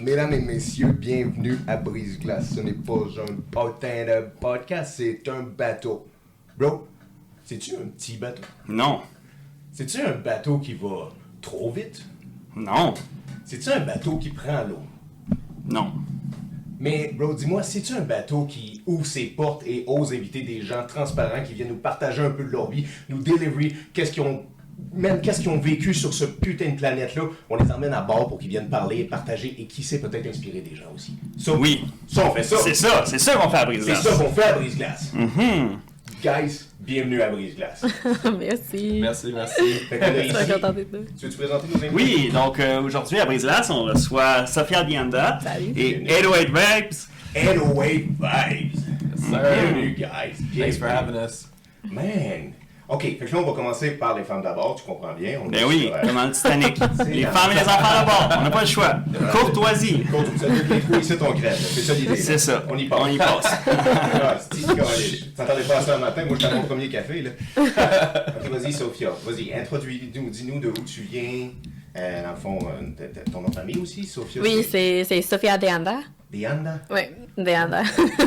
Mesdames et messieurs, bienvenue à Brise-Glace. Ce n'est pas un putain de podcast, c'est un bateau. Bro, c'est-tu un petit bateau? Non. C'est-tu un bateau qui va trop vite? Non. C'est-tu un bateau qui prend l'eau? Non. Mais, bro, dis-moi, c'est-tu un bateau qui ouvre ses portes et ose inviter des gens transparents qui viennent nous partager un peu de leur vie, nous délivrer qu'est-ce qu'ils ont vécu sur ce putain de planète-là, on les emmène à bord pour qu'ils viennent parler, partager et qui sait peut-être inspirer des gens aussi. Ça, oui. Ça, on fait ça. C'est ça qu'on fait à Brise-Glace. C'est ça qu'on fait à Brise-Glace. Mm-hmm. Guys, bienvenue à Brise-Glace. Merci. Merci. Fait que là, ici, Tu veux-tu présenter nos invités? Oui, donc aujourd'hui à Brise-Glace, on reçoit Sophia Dianda et 808 Vibes. 808 Vibes. Bienvenue, guys. Thanks for having us. Man. OK, fait que là, on va commencer par les femmes d'abord, tu comprends bien. On Ben est oui, sur, comme dans le Titanic. Les femmes et les enfants d'abord, on n'a pas le choix. Courtoisie. Les trous ici, ton crève. C'est ça l'idée. C'est ça. On y passe. Ah, tu t'entendais pas à ça le matin? Moi, j'étais à mon premier café, là. OK, vas-y, Sophia. Vas-y, introduis-nous, dis-nous de où tu viens. Dans le fond, ton nom de famille aussi, Sophia? Oui, c'est Sofia de Anda. Dianda? Oui, de Anda.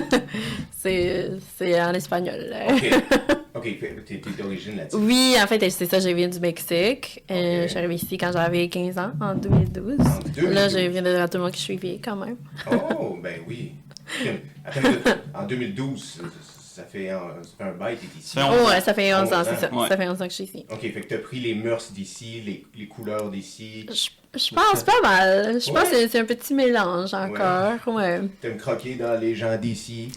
c'est en espagnol. OK, t'es d'origine latine. Oui, en fait, c'est ça, je viens du Mexique. Je suis arrivée ici quand j'avais 15 ans, en 2012. Là, je viens de Retournement que je suis vieille quand même. Oh, ben oui. Attends, en 2012, ça fait un bail que t'es ici. Ouais, ça fait 11 ans, c'est ça. Ouais. Ça fait 11 ans que je suis ici. OK, fait que t'as pris les mœurs d'ici, les couleurs d'ici. Je pense pas mal. Je pense que c'est un petit mélange encore. Ouais. T'aimes croquer dans les gens d'ici.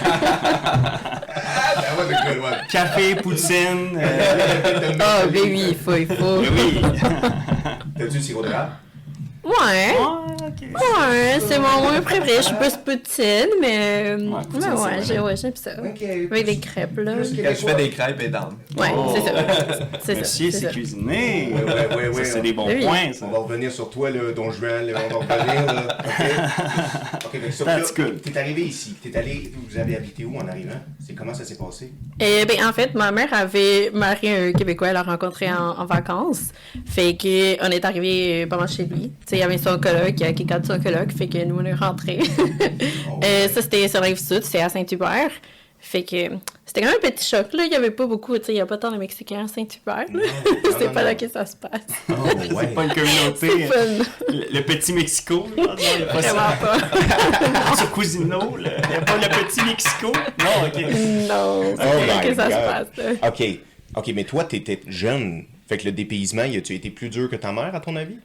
Café, poutine. Ah, ben oui, il faut. Oui. T'as-tu le sirop d'érable? Ouais. OK. Ouais, c'est mon moins préféré. Je suis plus poutine, mais poutine, j'aime ça. OK. Avec des crêpes, là. Quand je fais des crêpes et down. Ouais, c'est ça. C'est ça. Monsieur, c'est ça. cuisiné. Ouais. Ça, c'est des bons Oui. points, ça. On va revenir sur toi, là, Don Juan, là, on va revenir, là. OK, fait que Sophia, That's good. t'es arrivé ici. Vous avez habité où en arrivant? Comment ça s'est passé? En fait, ma mère avait marié un Québécois, elle l'a rencontré en vacances. Fait que on est arrivé pas mal chez lui. Tu sais, il y avait son coloc, qui a de son coloc, fait que nous, on est rentrés. Ça, c'était sur la Rive-Sud, c'est à Saint-Hubert. Fait que c'était quand même un petit choc, là. Il y avait pas beaucoup, tu sais, il y a pas tant de Mexicains à Saint-Hubert, là. C'est pas là que ça se passe. Oh, ouais. C'est pas une communauté. C'est fun. Le petit Mexico, là. Non, il n'y a pas Vraiment ça. pas. Ce cousino, là. Il n'y a pas le petit Mexico. Non, OK. Non, c'est pas là que ça se passe, là. OK, mais toi, t'étais jeune. Fait que le dépaysement, a-tu été plus dur que ta mère, à ton avis?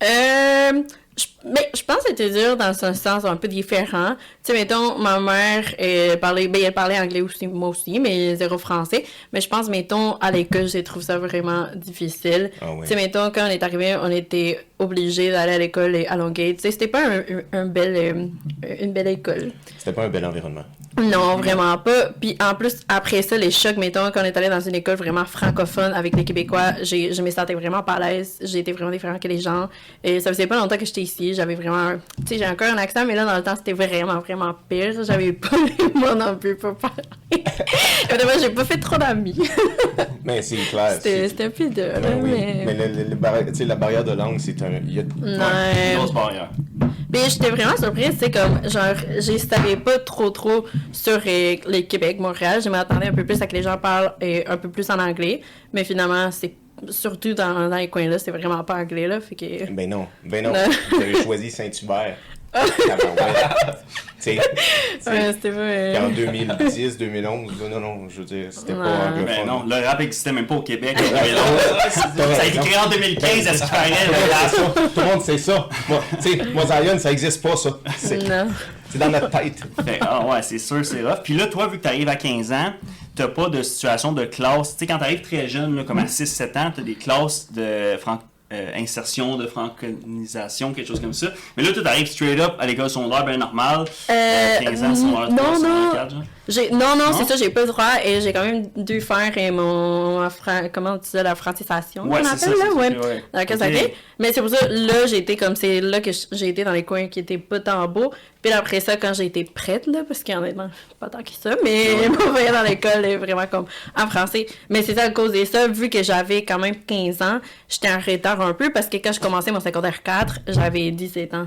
Je pense que c'était dur dans un sens un peu différent. Tu sais, mettons, ma mère elle parlait anglais aussi, moi aussi, mais zéro français. Mais je pense, mettons, à l'école, j'ai trouvé ça vraiment difficile. Ah ouais. Tu sais, mettons, quand on est arrivé, on était obligés d'aller à l'école à Longueuil. Tu sais, c'était pas une belle école. C'était pas un bel environnement. Non, vraiment pas. Puis en plus, après ça, les chocs, mettons, quand on est allé dans une école vraiment francophone avec les Québécois, je me sentais vraiment pas à l'aise. J'ai été vraiment différente que les gens. Et ça faisait pas longtemps que j'étais ici. J'avais vraiment... Tu sais, j'ai encore un accent, mais là, dans le temps, c'était vraiment, vraiment pire. J'avais pas les mots non plus pour parler. Évidemment, j'ai pas fait trop d'amis. Mais c'est clair. C'était un peu dur, là, oui. Mais la barrière de langue, c'est un... Une grosse barrière. Mais j'étais vraiment surprise, c'est comme, genre, je savais pas trop sur le Québec, Montréal. Je m'attendais un peu plus à que les gens parlent un peu plus en anglais. Mais finalement, c'est surtout dans les coins là, c'est vraiment pas anglais, là. Fait que... Ben non. Vous avez choisi Saint-Hubert. Tu sais, ouais, c'était pas... en 2010, 2011, non, je veux dire, c'était pas anglophone. Ben non, le rap n'existait même pas au Québec. Ça a été créé en 2015, à ce qui paraît. Tout le monde sait ça. Moi, Zion, ça existe pas, ça. Non. C'est dans notre tête. Ouais, c'est sûr, c'est rough. Puis là, toi, vu que tu arrives à 15 ans, t'as pas de situation de classe. Tu sais, quand tu arrives très jeune, là, comme à 6-7 ans, t'as des classes de insertion, de franconisation, quelque chose comme ça. Mais là, tu arrives straight up à l'école secondaire, ben normal. 15 ans, secondaire 3, secondaire 4, genre. Non, c'est ça, j'ai pas le droit et j'ai quand même dû faire comment tu dis, la francisation, ouais, on c'est appelle, ça, là, ouais. ouais. Dans lequel ça fait. Mais c'est pour ça, là, c'est là que j'ai été dans les coins qui étaient pas tant beaux. Puis après ça, quand j'ai été prête, là, parce qu'il y en a pas tant que ça, mais mon voyage dans l'école est vraiment comme en français. Mais c'est ça, à cause de ça, vu que j'avais quand même 15 ans, j'étais en retard un peu parce que quand je commençais mon secondaire 4, j'avais 17 ans.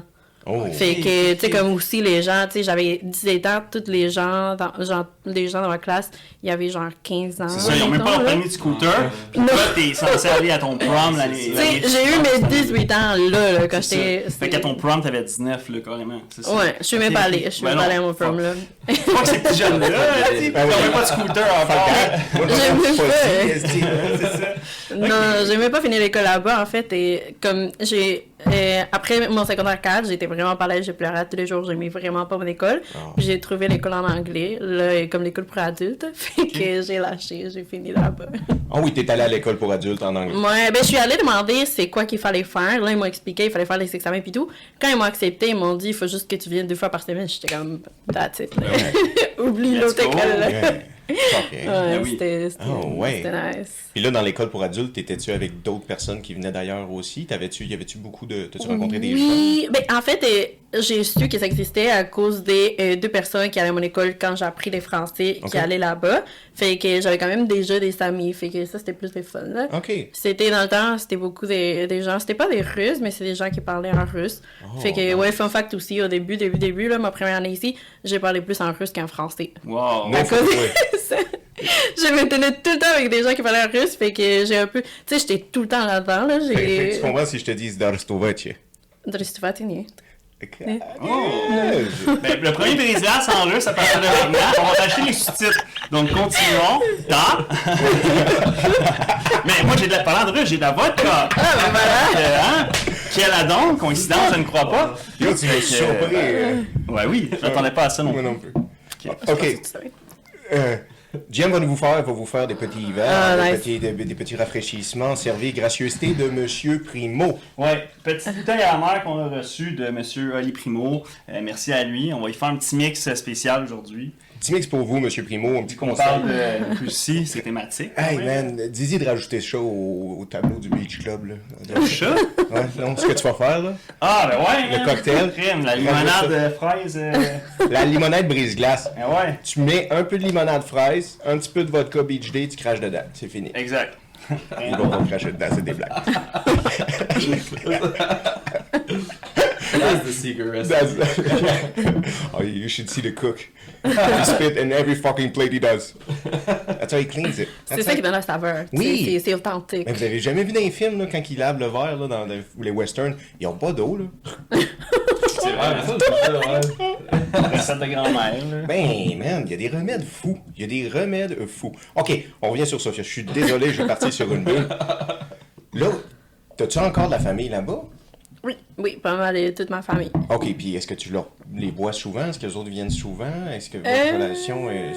Oh. Fait que, tu sais, comme aussi les gens, tu sais, j'avais 17 ans, tous les gens dans ma classe, il y avait genre 15 ans. C'est ça, ils ont même pas leur mettons, là. permis de scooter. Puis toi, t'es censé aller à ton prom l'année. Tu sais, j'ai eu mes 18 ans là quand j'étais. Fait qu'à ton prom, t'avais 19, là, carrément. C'est ça. Ouais, je suis même pas allée. Je suis même pas allée à mon prom, là. Pas que ces petits jeunes-là, ils Ben oui. n'ont même pas de scooter en fait. J'aime même pas. C'est ça. Non, j'ai même pas fini l'école là-bas, en fait. Et comme j'ai. Après mon secondaire 4, j'étais vraiment pas à l'aise, je pleurais tous les jours, j'aimais vraiment pas mon école. Puis j'ai trouvé l'école en anglais, là, comme l'école pour adultes. Fait que j'ai lâché, j'ai fini là-bas. Ah oui, t'es allé à l'école pour adultes en anglais. Ouais, ben je suis allée demander c'est quoi qu'il fallait faire. Là, ils m'ont expliqué, il fallait faire les examens et tout. Quand ils m'ont accepté, ils m'ont dit il faut juste que tu viennes 2 fois par semaine. J'étais comme that's it. Oublie Let's l'autre go. école. Là. Ouais. Ok. Ouais, oui. c'était Oh, ouais. nice. Puis là, dans l'école pour adultes, t'étais-tu avec d'autres personnes qui venaient d'ailleurs aussi? Y avait-tu beaucoup de... T'as-tu rencontré des gens? Oui, ben en fait, j'ai su que ça existait à cause des 2 personnes qui allaient à mon école quand j'ai appris les français Ok. qui allaient là-bas. Fait que j'avais quand même déjà des amis. Fait que ça, c'était plus le fun, là. OK. C'était dans le temps, c'était beaucoup des gens, c'était pas des Russes, mais c'est des gens qui parlaient en russe. Fait que, ouais, fun fact aussi, au début, là, ma première année ici, j'ai parlé plus en russe qu'en français. Wow. Non, À cause ouais. de ça, je me tenais tout le temps avec des gens qui parlaient en russe, fait que j'ai un peu, tu sais, j'étais tout le temps là-dedans, là, Fait que j'ai... tu comprends si je te dis Zdarostovache. Здравствуйте. Ben, le premier brise-glace en russe, à partir de maintenant, on va t'acheter les sous-titres. Donc, continuons. Ta. Mais moi, parlant de russe, j'ai de la vodka. Ah, ben voilà! Hein? Quelle adon, coïncidence, je ne crois pas. Yo, tu m'as surpris. Ouais, oui, je m'attendais pas à ça non Moi plus. non plus. OK. Jem va vous faire des petits verres, Ah, des petits rafraîchissements servis gracieuseté de Monsieur Primo. Ouais, petite bouteille à la mer qu'on a reçue de M. Oli Primo. Merci à lui. On va y faire un petit mix spécial aujourd'hui. Petit mix pour vous, Monsieur Primo, un petit On conseil. parle de Russie, c'est thématique. Hey man, dis-y de rajouter ça au tableau du Beach Club. Là. Chat? Ouais, non, ce que tu vas faire là. Ah, ben ouais! Le hein. cocktail. Crème, la limonade fraise. La limonade brise-glace. Ben ouais, Tu mets un peu de limonade fraise, un petit peu de vodka Beach Day, tu craches dedans. C'est fini. exact. Ils vont pas cracher dedans, c'est des blagues. That's the secret recipe. Oh, you should see the cook. He spit in every fucking plate he does. That's how he cleans it. C'est That's ça how- qui donne la saveur. Oui. C'est authentique. Mais vous avez jamais vu dans les films, là, quand ils lavent le verre, là, dans les westerns, ils ont pas d'eau, là. C'est vrai, mais ça, c'est ça, ouais. Recette de grand-mère, là. Ben, man, il y a des remèdes fous. Il y a des remèdes fous. OK, on revient sur Sophia. Je suis désolé, je vais partir sur une bulle. Là, t'as-tu encore de la famille là-bas? Oui, pas mal de toute ma famille. OK, puis est-ce que tu les vois souvent? Est-ce que les autres viennent souvent? Est-ce que votre relation est...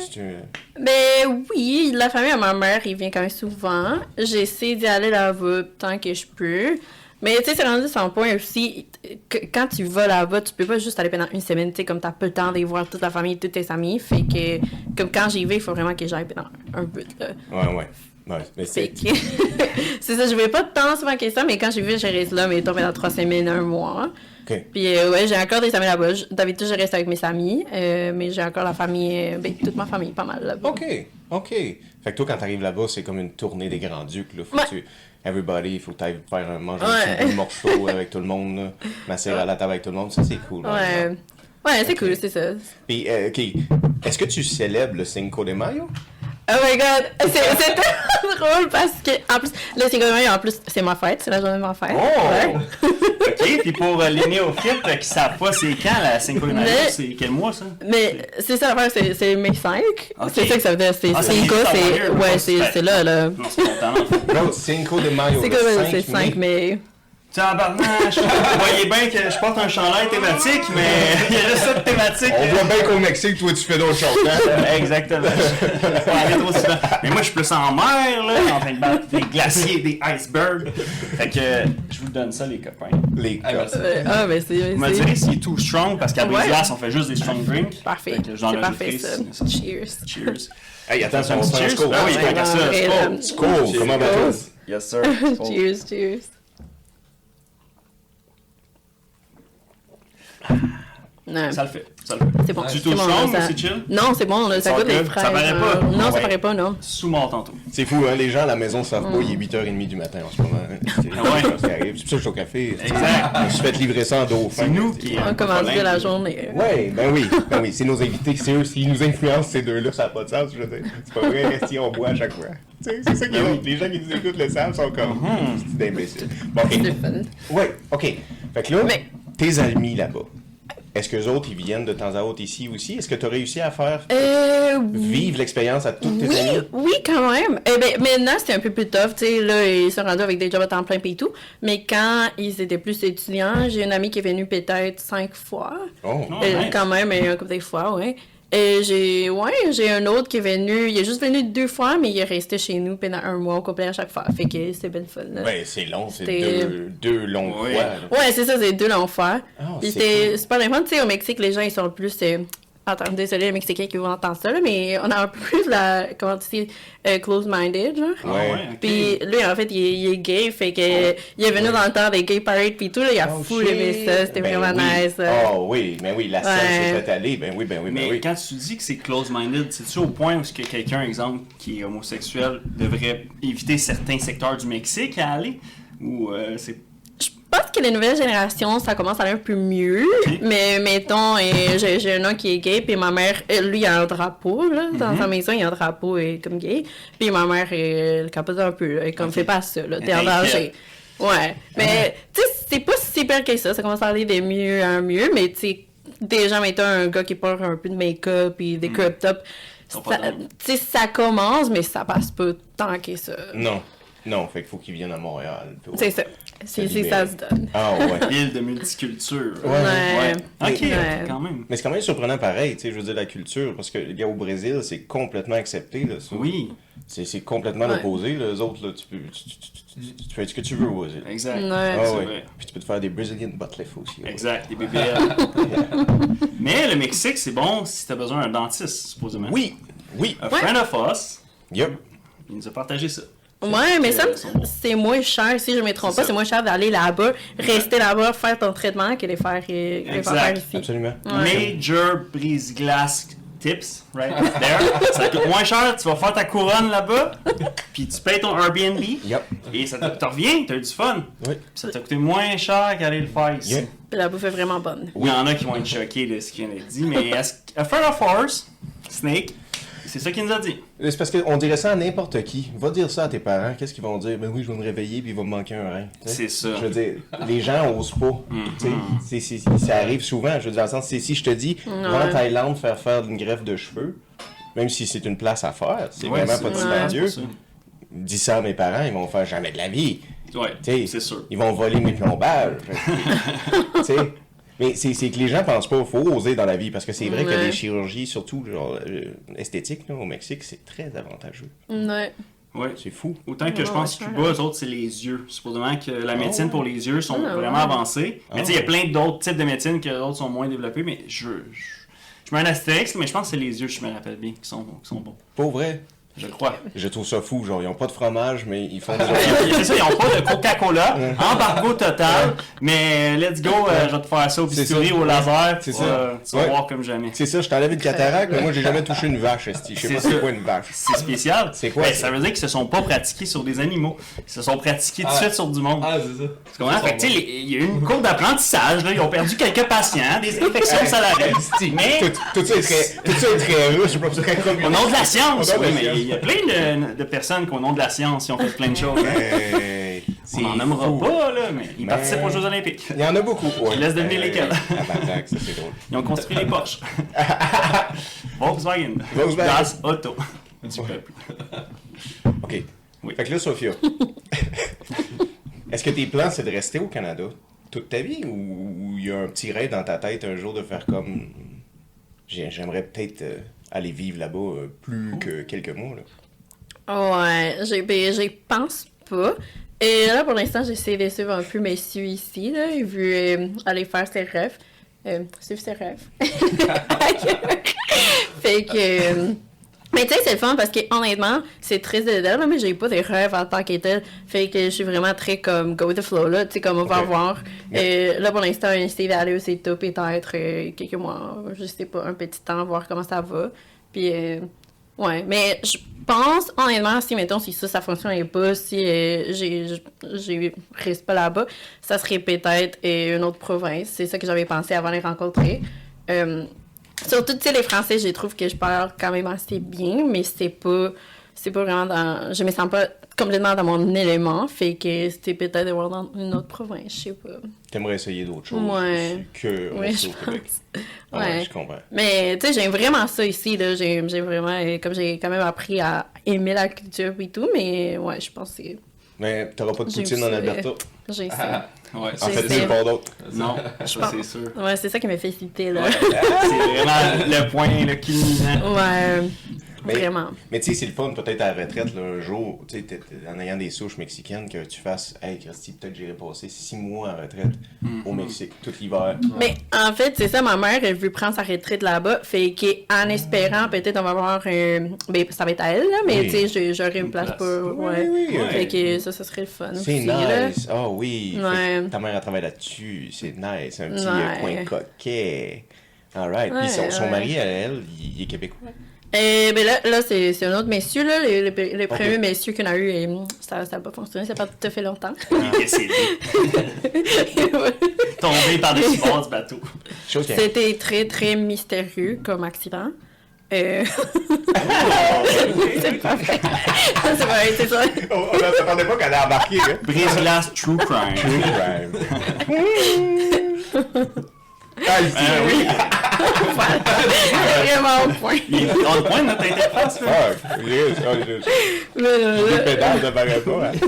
Ben oui, la famille à ma mère, il vient quand même souvent. J'essaie d'y aller là-bas tant que je peux. Mais tu sais, c'est rendu son point aussi, que quand tu vas là-bas, tu peux pas juste aller pendant une semaine, tu sais, comme t'as pas le temps de voir toute la famille, toutes tes amis. Fait que, comme quand j'y vais, il faut vraiment que j'aille pendant un bout, là. Ouais. Mais Fait que, c'est ça, je vais pas tant souvent que ça, mais quand j'y vais, je reste là, mais pendant 3 semaines, 1 mois. OK. Puis ouais, j'ai encore des amis là-bas. D'habitude, je reste avec mes amis, mais j'ai encore la famille, ben, toute ma famille, pas mal là-bas. OK. Fait que toi, quand t'arrives là-bas, c'est comme une tournée des Grands-Ducs, là. Faut Ouais. que tu... Everybody, il faut que t'ailles faire manger Ouais. un petit bout de morceau avec tout le monde, là. Masser à la table avec tout le monde. Ça, c'est cool. par exemple. Ouais, c'est Ok. cool, c'est ça. Puis, OK. Est-ce que tu célèbres le Cinco de Mayo? Oh my god, c'est tellement drôle parce que, en plus, le 5 mai, en plus, c'est ma fête, c'est la journée de ma fête. Oh! Ouais. OK, puis pour les néophytes qui savent pas c'est quand la Cinco de Mayo, Mais- c'est quel mois ça? Mais c'est ça l'affaire, c'est mai 5. Ok. C'est ça que ça veut dire, c'est Ah, c'est 5, juste c'est. avant, Ouais, pas c'est super. c'est là, là. Non, c'est content. Non, Cinco de Mayo. C'est le comme 5 c'est 5 mai. Tabarnache! Vous voyez bien que je porte un chandail thématique, mais il y a juste ça de thématique. On voit bien qu'au Mexique, toi, tu fais d'autres choses, hein? Exactement. Je vais pas aller trop souvent. Mais moi, je suis plus en mer, là, en train de battre des glaciers, des icebergs. Fait que je vous donne ça, les copains. Les Ah, gars. merci. Ah, mais c'est. Vous me direz s'il est too strong, parce qu'à Ouais. Brise-Glace, on fait juste des strong drinks. Parfait. Fait que j'en C'est parfait, rajouterai, ça. Cheers. Cheers. Hey, attends, Un on petit va faire un cheers? score. Ah oui, tant qu'à ça. Et, Skål. Skål, comment va-t-il? Yes, sir. Cheers, cheers. Ouais. Ça le fait. C'est bon. Tu C'est touches bon, strong ça- ou c'est chill? Non, c'est bon, là, ça Ça goûte les goûte, fraises. ça paraît pas? Non, Ah ça ouais. paraît pas, non. Sous-mort tantôt. C'est fou, hein, les gens à la maison savent pas, il est 8h30 du matin en ce moment. C'est ouais. ce qui arrive. C'est pour ça que je suis au café. Exact. Je me suis fait livrer ça en dauphin. C'est nous qui... On commence bien la journée. Ouais, ben oui, c'est nos invités, c'est eux, s'ils nous influencent ces deux-là, ça n'a pas de sens, je veux dire. C'est pas vrai, si on boit à chaque fois. Tu sais, c'est ça qui est drôle. Les gens qui nous écoutent le savent, sont comme, c'est d'imbéciles. Bon, ok. C'est fun. Ouais, ok. Fait que là, Mais- tes amis là-bas, est-ce qu'eux autres, ils viennent de temps à autre ici aussi? Est-ce que tu as réussi à faire vivre l'expérience à tous tes Oui, amis? oui, quand même. Eh ben, maintenant, c'était un peu plus tough, tu sais, là, ils sont rendus avec des jobs à temps plein et tout. Mais quand ils étaient plus étudiants, j'ai une amie qui est venue peut-être 5 fois. Oh, Oh, nice. Quand même, un couple de fois, ouais. Et j'ai un autre qui est venu, il est juste venu 2 fois, mais il est resté chez nous pendant 1 mois au complet à chaque fois. Fait que c'était bien fun, là. ouais, c'est long, c'est C'était- deux longues Ouais. fois. là. Ouais, c'est ça, c'est 2 longs fois. Ah, Puis c'est c'était super important. Tu sais, au Mexique, les gens, ils sont plus... Attends, désolé, les Mexicains qui vont entendre ça, là, mais on a un peu plus la... Comment tu dis? Close-minded, genre. Ah Ouais. ok. Puis lui, en fait, il est gay, fait que il est venu dans le temps des gay parades, puis tout, là, il a Oh, full aimé shit. ça, c'était Ben vraiment oui. nice. Là. Oh oui, mais oui, la scène Ouais. s'est fait aller, ben oui. Mais quand tu dis que c'est close-minded, c'est-tu au point où est-ce que quelqu'un, exemple, qui est homosexuel, devrait éviter certains secteurs du Mexique à aller? Ou c'est... Je pense que les nouvelles générations, ça commence à aller un peu mieux, Ok. mais mettons, j'ai un homme qui est gay, puis ma mère, lui, il a un drapeau, là, dans sa maison, il y a un drapeau comme gay, puis ma mère, elle capote un peu, là, elle comme, Ok. fais pas ça, là, t'es Elle en danger. t'inquiète. Ouais, mais, tu sais, c'est pas si pire que ça commence à aller de mieux en mieux, mais tu sais, déjà, mettons, un gars qui porte un peu de make-up et des crop tops, Sont pas drôles. tu sais, ça commence, mais ça passe pas tant que ça. Non, fait qu'il faut qu'ils viennent à Montréal. puis C'est ça. C'est ça se donne. Ah ouais. Île de multiculture. Ouais. Ok, Ouais. quand même. Mais c'est quand même surprenant pareil, tu sais, je veux dire, la culture, parce que au Brésil, c'est complètement accepté, là, ça. Oui, C'est complètement Ouais. l'opposé, là. Les autres, là, tu fais ce que tu veux au Brésil. exact. Ouais. Ah c'est ouais. vrai. Puis tu peux te faire des Brazilian butt lifts aussi. ouais. Exact, des BBL. Mais le Mexique, c'est bon si t'as besoin d'un dentiste, supposément. Oui, oui. A friend of us, Yup. il nous a partagé ça. Ouais, mais ça, sont bons. c'est moins cher, si je me trompe C'est pas, ça. c'est moins cher d'aller là-bas, rester là-bas, faire ton traitement que de les faire, faire ici. Absolument. Ouais. Major brise-glace tips, right there. Ça coûte moins cher, tu vas faire ta couronne là-bas, puis tu payes ton Airbnb, Yup. et ça te revient, t'as eu du fun. Oui. Puis ça t'a coûté moins cher qu'aller le faire ici. Yeah. Puis la bouffe est vraiment bonne. Il y en a qui vont être choqués de ce qu'il vient d'être dit, mais a friend of ours, Snake, c'est ça qu'il nous a dit. C'est parce qu'on dirait ça à n'importe qui. Va dire ça à tes parents. Qu'est-ce qu'ils vont dire? Ben oui, je vais me réveiller puis il va me manquer un rein. Tu sais? C'est ça. Je veux dire, les gens osent pas. Tu sais, ça arrive souvent. Je veux dire, dans le sens, si je te dis, va en Thaïlande faire une greffe de cheveux, même si c'est une place à faire, c'est Ouais, vraiment pas c'est- dispendieux. c'est pour Dis ça à mes parents, ils vont faire jamais de la vie. ça. Ouais, Tu sais, c'est sûr. Ils vont voler mes plombages. Tu sais. Mais c'est que les gens pensent pas, il faut oser dans la vie, parce que c'est vrai que Ouais. les chirurgies, surtout genre, esthétiques, là, au Mexique, c'est très avantageux. Ouais. Ouais. C'est fou. Autant que je Ouais, pense que ouais, Cuba, eux autres, c'est les yeux. Supposément que la médecine pour les yeux sont Ah, vraiment ouais. avancée. Mais tu sais, il y a plein d'autres types de médecine que d'autres sont moins développés, mais je mets un astérix, mais je pense que c'est les yeux, je me rappelle bien, qui sont bons. Pas vrai. Je crois. Je trouve ça fou, genre, ils ont pas de fromage, mais ils font des C'est ça, ils n'ont pas de Coca-Cola, embargo total, mais let's go, je vais te faire ça au C'est bistouri, ça. au laser, C'est tu ça. vas Ouais. voir comme jamais. C'est ça, je t'ai enlevé le cataracte, mais moi j'ai jamais touché une vache, esti. Je sais C'est pas ça. c'est quoi une vache. C'est spécial. C'est quoi, Ben, ça? ça veut dire qu'ils se sont pas pratiqués sur des animaux. Ils se sont pratiqués tout de Ah. suite sur du monde. Ah, c'est ça. Tu comprends? Fait que, tu sais, il y a eu une courbe d'apprentissage, là. Ils ont perdu quelques patients, des infections salariales. Mais, Tout ça est très russe, je sais pas pourquoi comme au nom de la science, Au nom de oui, la mais science. il y a plein de personnes qui, au nom de la science, ils ont fait plein de choses. Hein. C'est On n'en nommera fou. pas, là, mais ils Mais- participent aux Jeux Olympiques. Il y en a beaucoup. Ouais. Je laisse deviner lesquels. Tabarnak, ça c'est drôle. Ils ont construit les Porsche. Volkswagen. Volkswagen. Das Auto. Du peuple. OK. Oui. Fait que là, Sophia, est-ce que tes plans, c'est de rester au Canada toute ta vie ou il y a un petit rêve dans ta tête un jour de faire comme... J'aimerais peut-être aller vivre là-bas plus que quelques mois, là. Ouais, j'y pense pas. Et là, pour l'instant, j'essaie de suivre un peu mes cieux ici, là, et vu aller faire ses rêves. Suivre ses rêves. Fait que... Mais tu sais, c'est le fun parce que honnêtement, c'est triste d'elle, là, mais j'ai pas des rêves en tant qu'elle. Fait que je suis vraiment très comme go with the flow, là. Tu sais, comme on va Ok. voir. Là, pour l'instant, Steve aller au top peut-être quelques mois, je sais pas, un petit temps, voir comment ça va. Puis, ouais. Mais je pense, honnêtement, si, mettons, si ça fonctionnait pas, si reste pas là-bas, ça serait peut-être une autre province. C'est ça que j'avais pensé avant de les rencontrer. Surtout, tu sais, les Français, je trouve que je parle quand même assez bien, mais c'est pas vraiment dans... Je me sens pas complètement dans mon élément, fait que c'était peut-être de voir dans une autre province, je sais pas. T'aimerais essayer d'autres choses Ouais. que Ouais, rester je au Québec. pense. Ah Ouais. je comprends. Mais, tu sais, j'aime vraiment ça ici, là. J'aime vraiment... Comme j'ai quand même appris à aimer la culture et tout, mais ouais, je pense que Mais t'auras pas de J'ai poutine vu en ça, Alberta. j'ai ça. Ouais, En fait, J'essaie. c'est pas d'autre. non, ça pense. c'est sûr. Ouais, c'est ça qui m'a fait citer, là. Ouais, c'est vraiment le point là, culminant. Ouais, Mais- vraiment. Mais tu sais, c'est le fun, peut-être à la retraite, là, un jour, tu sais, en ayant des souches mexicaines, que tu fasses, hey, Christy, peut-être j'irai passer 6 mois en retraite au Mexique, tout l'hiver. Mais en fait, c'est ça, ma mère, elle veut prendre sa retraite là-bas. Fait qu'en espérant, peut-être on va avoir un. Ben, ça va être à elle, là, mais Oui. tu sais, j'aurai une place place. pour. Ouais. Oui, oui, Fait que ça serait le fun. C'est aussi, là. nice. Ah oui. Ouais. Fait que ta mère, elle travaille là-dessus. C'est nice. Un petit Ouais. coin coquet. Alright. Ouais, Puis son ouais. mari, elle, il est québécois. Ben là c'est un autre monsieur, là. Le premier monsieur qu'on a eu, ça n'a pas fonctionné, ça n'a pas tout à fait longtemps. Il est décédé. Tombé par-dessus bord du bateau. Chose qui C'était très, très mystérieux comme accident. C'est pas vrai. C'est pas vrai, c'est ça. On ne s'attendait pas qu'elle allait embarquer, hein? Brise-glace True Crime. True crime. Ah, ici, Oui. Vraiment au point. Il est dans le point de notre interface. Là. Fuck. J'ai Mais des pédales de Baraba, hein?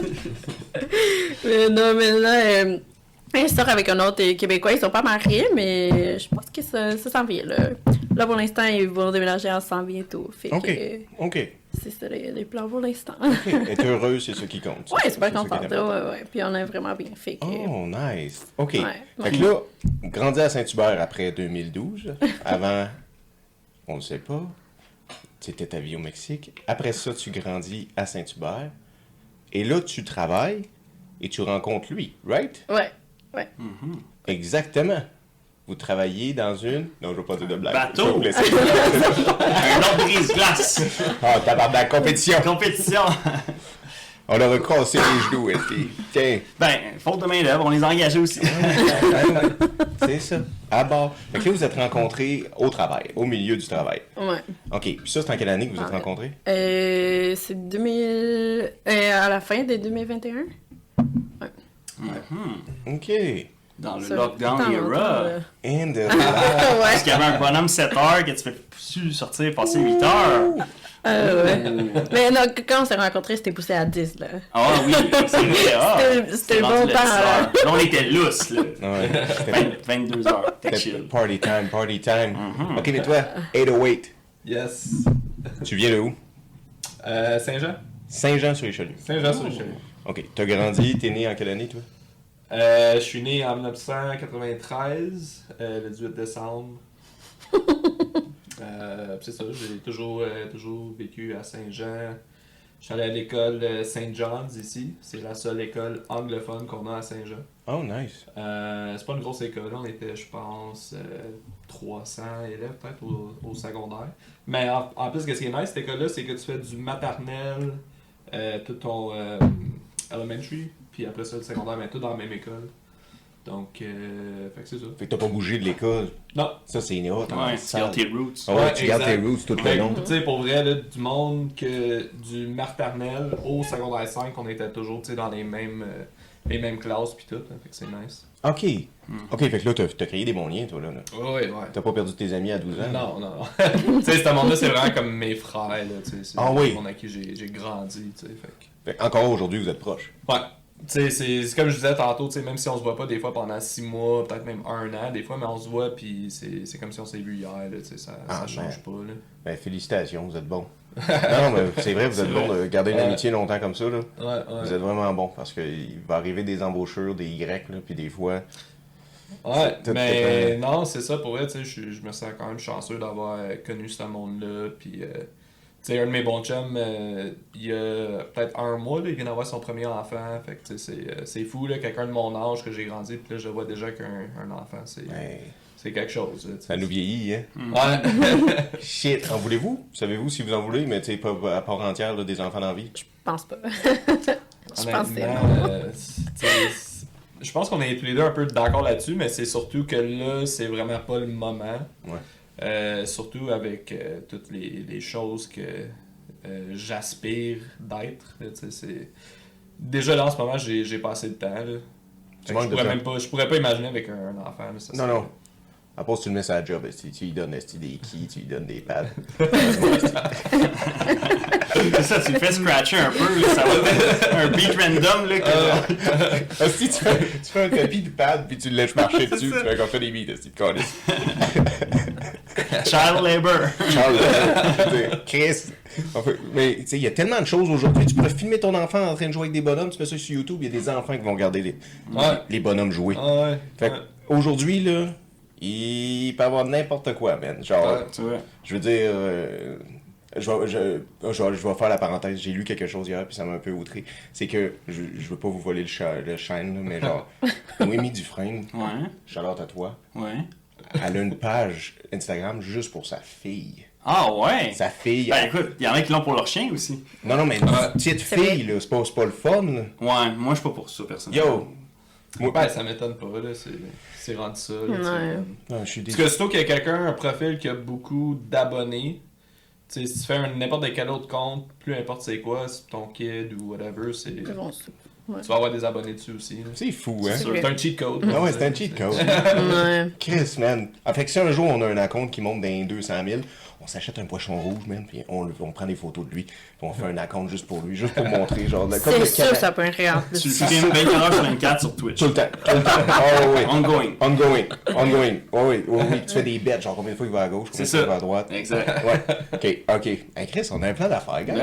mais là, ils sortent avec un autre Québécois. Ils sont pas mariés, mais je pense que ça s'en vient, là. Là, pour l'instant, ils vont déménager ensemble bientôt. Fait OK. que OK. c'est ça les plans pour l'instant. Être heureux, c'est ce qui compte. Ouais, c'est pas ça qui est contente. important. Ouais. Puis on a vraiment bien fait que... Oh, nice. OK. Ouais. Fait que là, grandi à Saint-Hubert après 2012, avant, on ne sait pas, c'était ta vie au Mexique. Après ça, tu grandis à Saint-Hubert. Et là, tu travailles et tu rencontres lui, right? Ouais. Exactement. Vous travaillez dans une... Non, je veux pas dire de blague. Bateau. Je vais vous laisser. Un autre brise-glace. Ah, tabarnak, compétition. Compétition. On leur a cassé les genoux, esti. Tiens. Ben, faute de main-d'œuvre, on les a engagés aussi. C'est ça. À bord. Fait que là, vous êtes rencontrés au travail, au milieu du travail. Ouais. OK. Puis ça, c'est en quelle année que vous êtes Ouais. rencontrés? C'est 2000... à la fin de 2021. OK. Dans le Ça, lockdown longtemps, era. là. And Ouais. Parce qu'il y avait un bonhomme 7 heures que tu fais plus sortir passer 8 heures. Ouais. Mais non, quand on s'est rencontrés, c'était poussé à 10, là. Ah oui, c'est vrai. Ah, C'était le rendu bon le temps, 10 là. heures. Là, on était lousses, là. Ouais. 22 heures. T'es C'était chill. party time, party time. OK, mais toi, 808, Yes. tu viens de où? Saint-Jean. Saint-Jean-sur-Richelieu. Saint-Jean-sur-Richelieu. OK. T'as grandi, t'es né en quelle année, toi? Je suis né en 1993, le 18 décembre. C'est ça, j'ai toujours vécu à Saint-Jean. Je suis allé à l'école Saint John's ici. C'est la seule école anglophone qu'on a à Saint-Jean. Oh, nice. C'est pas une grosse école, on était, je pense, 300 élèves peut-être au secondaire. Mais en plus, ce qui est nice, cette école-là, c'est que tu fais du maternel, tout ton elementary, puis après ça, le secondaire, mais tout dans la même école. Donc, fait que c'est ça. Fait que t'as pas bougé de l'école. Non, Ça, c'est une autre. Ouais, tu gardes tes roots. Ah ouais, Ouais, tu gardes tes exact. roots tout le Fait que, long. tu sais, pour vrai, là, du monde que du maternel au secondaire 5, on était toujours, tu sais, dans les mêmes classes puis tout. Fait que c'est nice. OK. OK, fait que là, t'as créé des bons liens, toi, là. Ouais. T'as pas perdu tes amis à 12 ans? Non. Tu sais, ce monde-là, c'est vraiment comme mes frères, là, tu sais. C'est Ah oui. le monde à qui j'ai grandi, tu sais. Fait que... Fait que encore aujourd'hui, vous êtes proches. Ouais. Tu sais, c'est comme je disais tantôt, tu sais, même si on se voit pas des fois pendant 6 mois, peut-être même 1 an, des fois, mais on se voit, puis c'est comme si on s'est vu hier, là, tu sais, ça change pas, là. Ben, félicitations, vous êtes bons. Non, mais c'est vrai, vous êtes bons de garder une Ouais. amitié longtemps comme ça, là. Ouais. Vous êtes vraiment bons, parce qu'il va arriver des embauchures, des Y, là, puis des fois... Ouais, Tout mais non, c'est ça, pour vrai, tu sais, je me sens quand même chanceux d'avoir connu ce monde-là, puis tu sais, un de mes bons chums, il y a peut-être un mois, là, il vient d'avoir son premier enfant. Fait que, tu sais, c'est fou, là, quelqu'un de mon âge que j'ai grandi, puis là, je vois déjà qu'un enfant, c'est quelque chose. Là, Ça nous vieillit, hein? Ouais. Shit, en voulez-vous? Savez-vous si vous en voulez, mais tu sais, pas à part entière, là, des enfants dans la vie? Je pense pas. Je pense que c'est Honnêtement, non. je pense qu'on est tous les deux un peu d'accord là-dessus, mais c'est surtout que là, c'est vraiment pas le moment. Ouais. Surtout avec toutes les choses que j'aspire d'être. Là, déjà là, en ce moment, j'ai pas assez de temps. Là. Fait que je pourrais pas imaginer avec un enfant. Là, ça Non, serait- non. À part si tu le mets sur la job, tu lui donnes des keys, tu lui donnes des pads. C'est ça, tu le fais scratcher un peu, là, ça va être un beat random. Là, que... Si tu fais un tapis de pad puis tu le laisses marcher dessus, tu fais comme ça des beats, c'est de Child labor. Charles, Chris. Mais tu sais, il y a tellement de choses aujourd'hui. Tu pourrais filmer ton enfant en train de jouer avec des bonhommes, tu mets ça sur YouTube, il y a des enfants qui vont regarder les bonhommes jouer. Ah ouais. Fait aujourd'hui, là, il peut y avoir n'importe quoi, man. Genre, Ouais. Tu vois. je veux dire, je vais faire la parenthèse. J'ai lu quelque chose hier, puis ça m'a un peu outré. C'est que, je veux pas vous voler le shine, là, mais genre, Noémie Dufresne, Ouais, Charlotte à toi, ouais. elle a une page Instagram juste pour sa fille. Ah ouais! Sa fille. Ben écoute, il y en a qui l'ont pour leur chien aussi. Non, mais une petite fille, là, c'est pas le fun, là. Ouais, moi je suis pas pour ça, personnellement. Yo! Moi, Ben, ça m'étonne pas, là. C'est rendu ça. Là, tu sais. Ouais. non, je suis Parce déçu. que surtout qu'il y a quelqu'un, un profil qui a beaucoup d'abonnés, tu sais, si tu fais n'importe quel autre compte, plus importe c'est quoi, c'est ton kid ou whatever, Ils vont se- tu vas avoir des abonnés dessus aussi. Là. C'est fou, hein? C'est C'est un cheat code. Ah ouais, c'est un cheat code. Ouais. Chris, man. Ah, fait que si un jour on a un compte qui monte dans les 200 000, on s'achète un poisson rouge, man, puis on prend des photos de lui, puis on fait un compte juste pour lui, juste pour montrer, genre, comme C'est le sûr, ça peut être en Tu le plus. filmes 24 heures sur 24 sur Twitch. Tout le temps. Tout le temps. Oh, oui. Ongoing. Ongoing. Oh, oui, oh, oui. Tu fais des bêtes, genre combien de fois il va à gauche, combien de C'est fois il ça. va à droite. Exact. Ouais. OK. Hey, Chris, on a un plan d'affaires, gars. Ben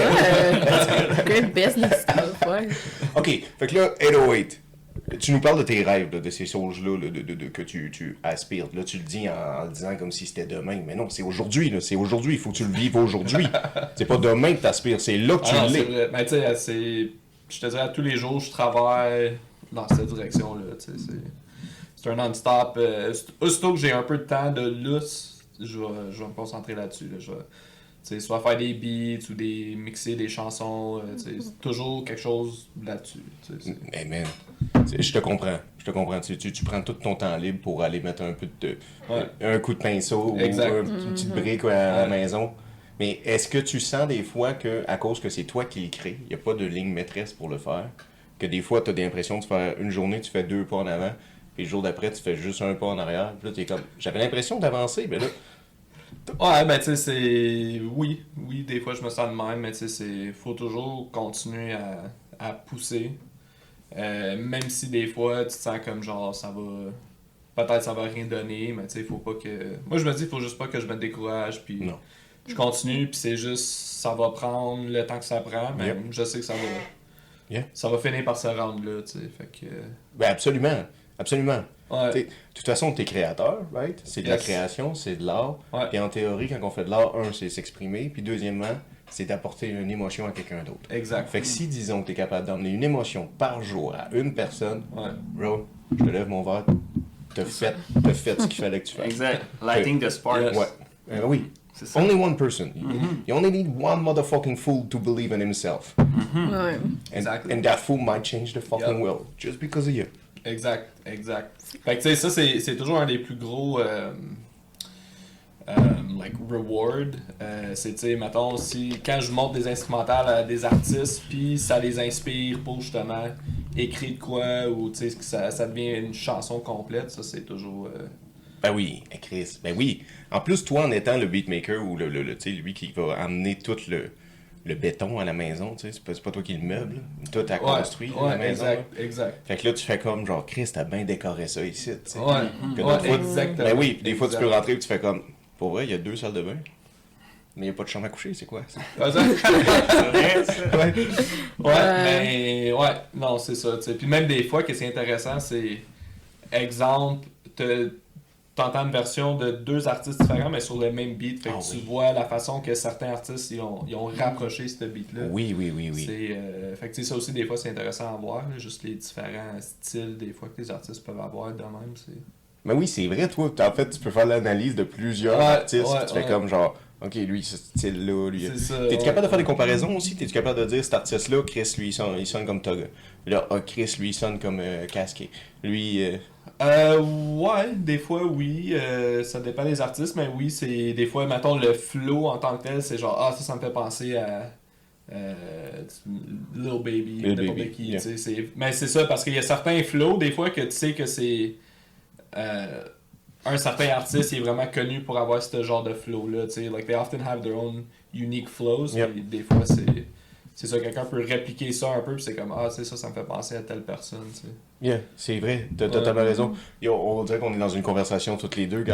ouais! Good business stuff, ouais. OK. Fait que là, 808. Tu nous parles de tes rêves, là, de ces choses-là là, que tu aspires. Là, tu le dis en le disant comme si c'était demain. Mais non, c'est aujourd'hui. Là. C'est aujourd'hui. Il faut que tu le vives aujourd'hui. C'est pas demain que tu aspires. C'est là que tu Ah non, c'est l'es. vrai. Ben, tu sais, je te dirais, tous les jours, je travaille dans cette direction-là. Tu sais, c'est un non-stop. Aussitôt que j'ai un peu de temps de lousse, je vais me concentrer là-dessus. Là. Je vais, tu sais, soit faire des beats ou mixer des chansons. Tu sais, c'est toujours quelque chose là-dessus. Tu sais, Mais man, je te comprends. Tu prends tout ton temps libre pour aller mettre un peu de un coup de pinceau Exact. ou une petite brique à la maison. Mais est-ce que tu sens des fois que, à cause que c'est toi qui le crée, il n'y a pas de ligne maîtresse pour le faire, que des fois tu as l'impression de faire une journée, tu fais 2 pas en avant, puis le jour d'après, tu fais juste 1 pas en arrière, puis là, t'es comme, j'avais l'impression d'avancer, mais là, Ouais, ben tu sais, c'est. Oui, des fois je me sens de même, mais tu sais, faut toujours continuer à pousser. Même si des fois tu te sens comme genre ça va. Peut-être ça va rien donner, mais tu sais, faut pas que. Moi je me dis, faut juste pas que je me décourage, puis non. je continue, puis c'est juste. Ça va prendre le temps que ça prend, mais Yep. je sais que ça va. Yeah. Ça va finir par se rendre là, tu sais, fait que. Ben absolument. Ouais. T'sais, de toute façon, t'es créateur, right? C'est de la Yes. création, c'est de l'art. Ouais. Puis en théorie, quand on fait de l'art, c'est s'exprimer, puis deuxièmement, c'est d'apporter une émotion à quelqu'un d'autre. Exact. Fait que si, disons, que t'es capable d'emmener une émotion par jour à une personne, Ouais. bro, je te lève mon verre, t'as fait ce qu'il fallait que tu fasses. Exact. Lighting the spark. Yes. Ouais. Oui. C'est ça. Only one person. You only need one motherfucking fool to believe in himself. Ouais. Exactly. And that fool might change the fucking Yep. world just because of you. Exact. Fait que tu sais, ça c'est toujours un des plus gros like reward. C'est tu sais, mettons, quand je montre des instrumentales à des artistes, puis ça les inspire pour justement écrire de quoi, ou tu sais, que ça devient une chanson complète, ça c'est toujours. Ben oui, Chris, ben oui. En plus, toi, en étant le beatmaker ou tu sais, lui qui va amener tout le béton à la maison, tu sais, c'est pas toi qui le meuble, toi t'as construit la maison. exact. Fait que là, tu fais comme, genre, Chris, t'as bien décoré ça ici, tu sais. Ouais, Que ouais, d'autres fois, exactement. ben oui, puis des fois, tu peux Exact. rentrer et tu fais comme, pour vrai, il y a 2 salles de bain, mais il n'y a pas de chambre à coucher, c'est quoi ça? Ah, ça? C'est vrai, ça. Ouais. Ouais, mais ouais, non, c'est ça, tu sais. Puis même des fois, que c'est intéressant, c'est exemple, t'entends une version de 2 artistes différents, mais sur le même beat. Fait que tu vois la façon que certains artistes ils ont rapproché ce beat-là. Oui. Fait que tu sais, ça aussi, des fois, c'est intéressant à voir. Là, juste les différents styles, des fois, que les artistes peuvent avoir de même. Mais oui, c'est vrai, toi. En fait, tu peux faire l'analyse de plusieurs artistes. Tu fais comme genre, ok, lui, ce style-là, lui. C'est ça. T'es-tu capable de faire des comparaisons aussi? T'es-tu capable de dire, cet artiste-là, Chris, lui, il sonne comme Toga. Là, Chris, lui, il sonne comme Casquet. Lui. Ouais, des fois, oui. Ça dépend des artistes, mais oui, c'est des fois, mettons, le flow en tant que tel, c'est genre, ça me fait penser à. Lil Baby, n'importe qui. Yeah. Mais c'est ça, parce qu'il y a certains flows, des fois, que tu sais que c'est. Un certain artiste il est vraiment connu pour avoir ce genre de flow-là. Like, they often have their own unique flows. Yep. Puis des fois, c'est ça, quelqu'un peut répliquer ça un peu, puis c'est comme, ça me fait penser à telle personne. T'sais. Yeah, c'est vrai, t'as totalement raison. Yo, on dirait qu'on est dans une conversation toutes les deux, guys.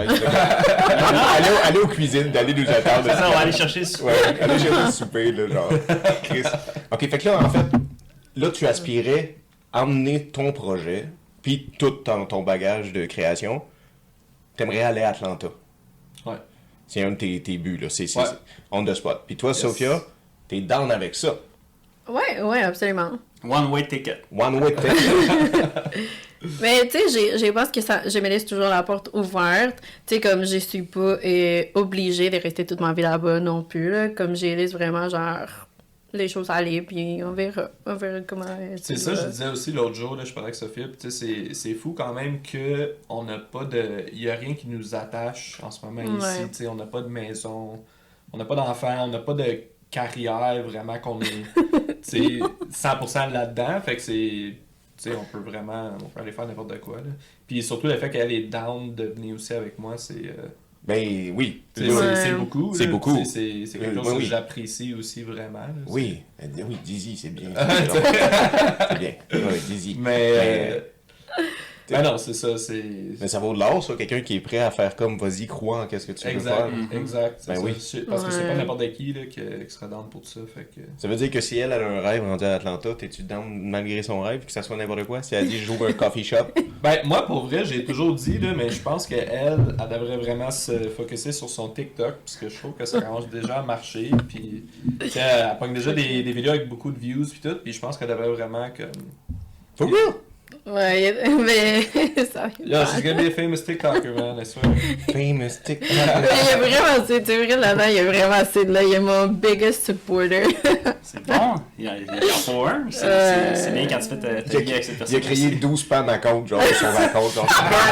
allez aux cuisines, allez nous attendre. C'est ça, on va aller chercher ce Ouais, allez chercher le souper, là, genre. Chris. Ok, fait que là, en fait, là, tu aspirais à emmener ton projet, puis tout ton bagage de création. T'aimerais aller à Atlanta. Ouais. C'est un de tes buts, là. C'est Ouais. on the spot. Puis toi, Sophia, t'es down avec ça. Ouais, absolument. one way ticket. One way ticket. Mais tu sais, je pense que je me laisse toujours la porte ouverte. Tu sais, comme je suis pas obligée de rester toute ma vie là-bas non plus. Là. Comme je laisse vraiment, genre, les choses aller, puis on verra comment... C'est ça, je disais aussi l'autre jour, là, je parlais avec Sophie, puis tu sais, c'est fou quand même que on n'a pas de... Il y a rien qui nous attache en ce moment ici, tu sais, on n'a pas de maison, on n'a pas d'enfants, on n'a pas de carrière vraiment qu'on est, tu sais, 100% là-dedans, fait que c'est... Tu sais, on peut aller faire n'importe quoi, là. Puis surtout le fait qu'elle est down de venir aussi avec moi, c'est... Ben oui. C'est beaucoup. C'est là. beaucoup. C'est quelque chose que j'apprécie aussi vraiment. Là. Oui, Dizzy, c'est bien. C'est bien. Oui, Dizzy. Mais non, c'est ça. Mais ça vaut de l'or, ça. Quelqu'un qui est prêt à faire comme, vas-y, crois en qu'est-ce que tu veux faire. Exact. Ben ça. oui. Parce que c'est pas n'importe qui là, qui serait down pour ça. Fait que... Ça veut dire que si elle a un rêve rendu à Atlanta, t'es-tu down malgré son rêve, que ça soit n'importe quoi? Si elle dit, je joue un coffee shop. Ben, moi, pour vrai, j'ai toujours dit, là, mais je pense qu'elle devrait vraiment se focusser sur son TikTok, parce que je trouve que ça commence déjà à marcher. Puis, elle pogne déjà des vidéos avec beaucoup de views, puis tout. Puis, je pense qu'elle devrait vraiment comme. For real? Ouais, mais... ça... Yeah, she's gonna be a famous TikToker, man, I swear. Famous TikTok. Il y a vraiment, c'est vrai, là-dedans, il y a vraiment assez de là. Il y a mon biggest supporter. C'est bon. Il y a pour un. C'est bien quand tu fais ta vie avec cette personne. Il a créé 12 spams à compte, genre, sur ma compte. Genre.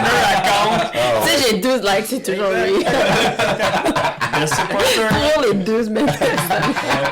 Tu sais, j'ai 12 likes, c'est toujours lui. Le supporter. Toujours les 12 mêmes personnes.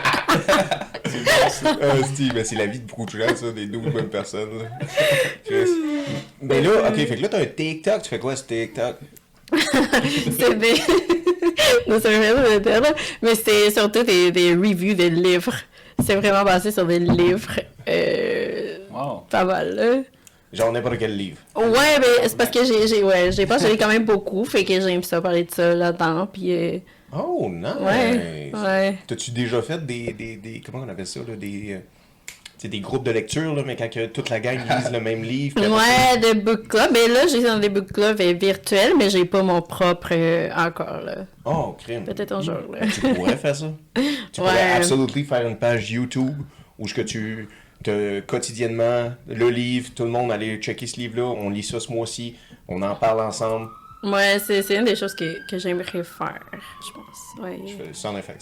Steve, mais c'est la vie de beaucoup de gens, ça, des 12 mêmes personnes. Là. Chris. Mais là, ok, fait que là, t'as un TikTok, tu fais quoi ce TikTok? C'est des... non, c'est vraiment de là. Mais c'est surtout des reviews de livres. C'est vraiment basé sur des livres. Wow. Pas mal, là. Genre n'importe quel livre. Ouais, mais c'est parce que j'ai quand même beaucoup, fait que j'aime ça parler de ça là-dedans, puis... Oh, nice! Ouais. T'as-tu déjà fait des comment on appelle ça, là, c'est des groupes de lecture, là, mais quand que toute la gang lise le même livre. Ouais, des book clubs. Mais là, j'ai dans des book clubs virtuels, mais j'ai pas mon propre encore, là. Oh, crime. Peut-être un jour, là. Tu pourrais faire ça. Tu pourrais absolument faire une page YouTube où tu quotidiennement, le livre, tout le monde allait checker ce livre-là, on lit ça ce mois-ci, on en parle ensemble. Ouais, c'est une des choses que j'aimerais faire, je pense. Ouais. Je fais sans effet.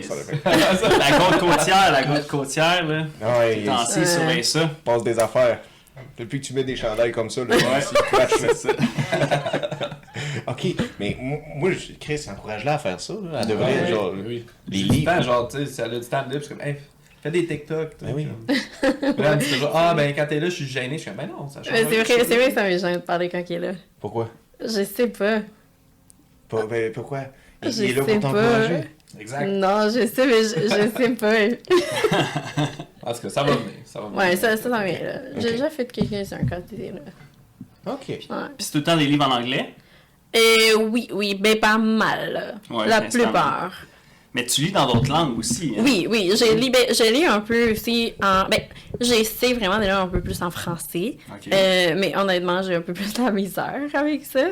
La goutte côtière, là. Ouais, T'en surveille ça. passe des affaires. Depuis que tu mets des chandails comme ça, là, c'est ça. Ok, mais moi, Chris, encourage-la à faire ça. Là. Elle devrait, genre, oui. les livres. Genre, tu sais, si elle a du temps libre, c'est comme, hey, fais des TikTok. Ben oui. Là, elle dit toujours, ben quand t'es là, je suis gêné. Je suis comme, ben non, ça change. Mais c'est vrai que ça me gêne de parler quand il est là. Pourquoi? Je sais pas. Ben, pourquoi? Il Je est là sais pour t'encourager. pas. Exact. Non, je sais, mais je sais pas. En tout cas, ça va venir. Ouais, ça vient là. J'ai Ok. déjà fait quelqu'un sur un quand t'étais là. Ok. Ouais. Puis c'est tout le temps des livres en anglais. Oui, ben pas mal, là. Ouais, La principalement. plupart. Mais tu lis dans d'autres langues aussi. Hein? Oui, j'ai lu un peu aussi en... Ben, j'essaie vraiment de lire un peu plus en français. Ok. Mais honnêtement, j'ai un peu plus de la misère avec ça.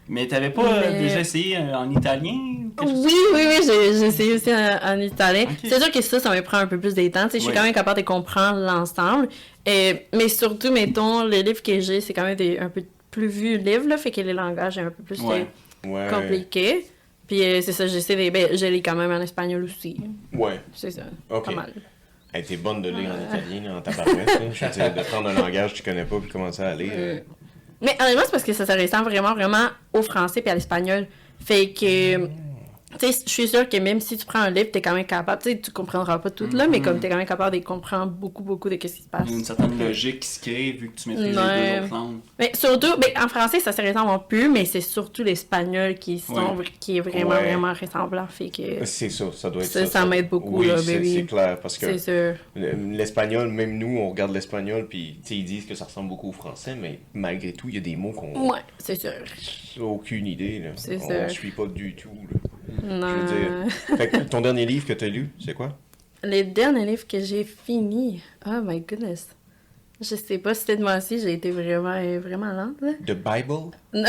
Mais t'avais pas Mais- déjà essayé en italien? Ou quelque chose? Oui, j'ai essayé aussi en italien. Ok. C'est sûr que ça me prend un peu plus de temps. Tu sais, je suis Oui. quand même capable de comprendre l'ensemble. Mais surtout, mettons, les livres que j'ai, c'est quand même un peu plus vieux livres, là, fait que les langages sont un peu plus Ouais. Ouais. compliqués. Puis c'est ça, je lis quand même en espagnol aussi. Ouais. C'est ça, Ok. pas mal. Hey, t'es bonne de lire en italien, là, en tabarouette. Là. Je veux dire, de prendre un langage que tu connais pas puis commencer à lire. Mais honnêtement, c'est parce que ça se ressemble vraiment au français puis à l'espagnol. Fait que, tu sais, je suis sûre que même si tu prends un livre, t'es quand même capable, tu sais, tu comprendras pas tout là, mais comme t'es quand même capable de comprendre beaucoup de ce qui se passe. Il y a une certaine logique qui se crée vu que tu maîtrises Ouais. les deux autres langues. Mais surtout, en français, ça se ressemble un peu, mais c'est surtout l'espagnol qui est vraiment, Ouais. vraiment ressemblant. Fait que, C'est ça, ça doit être Ça, ça. ça m'aide beaucoup, oui, là, c'est baby. c'est clair, parce que c'est sûr. l'espagnol, même nous, on regarde l'espagnol, puis tu sais, ils disent que ça ressemble beaucoup au français, mais malgré tout, il y a des mots qu'on Ouais, c'est sûr. n'a aucune idée. Là. C'est on sûr. suit pas du tout. Là. Non. Je veux dire. Fait que ton dernier livre que tu as lu, c'est quoi? Les derniers livres que j'ai finis, oh my goodness. Je sais pas si c'était de moi aussi, j'ai été vraiment lente, là. The Bible? Non,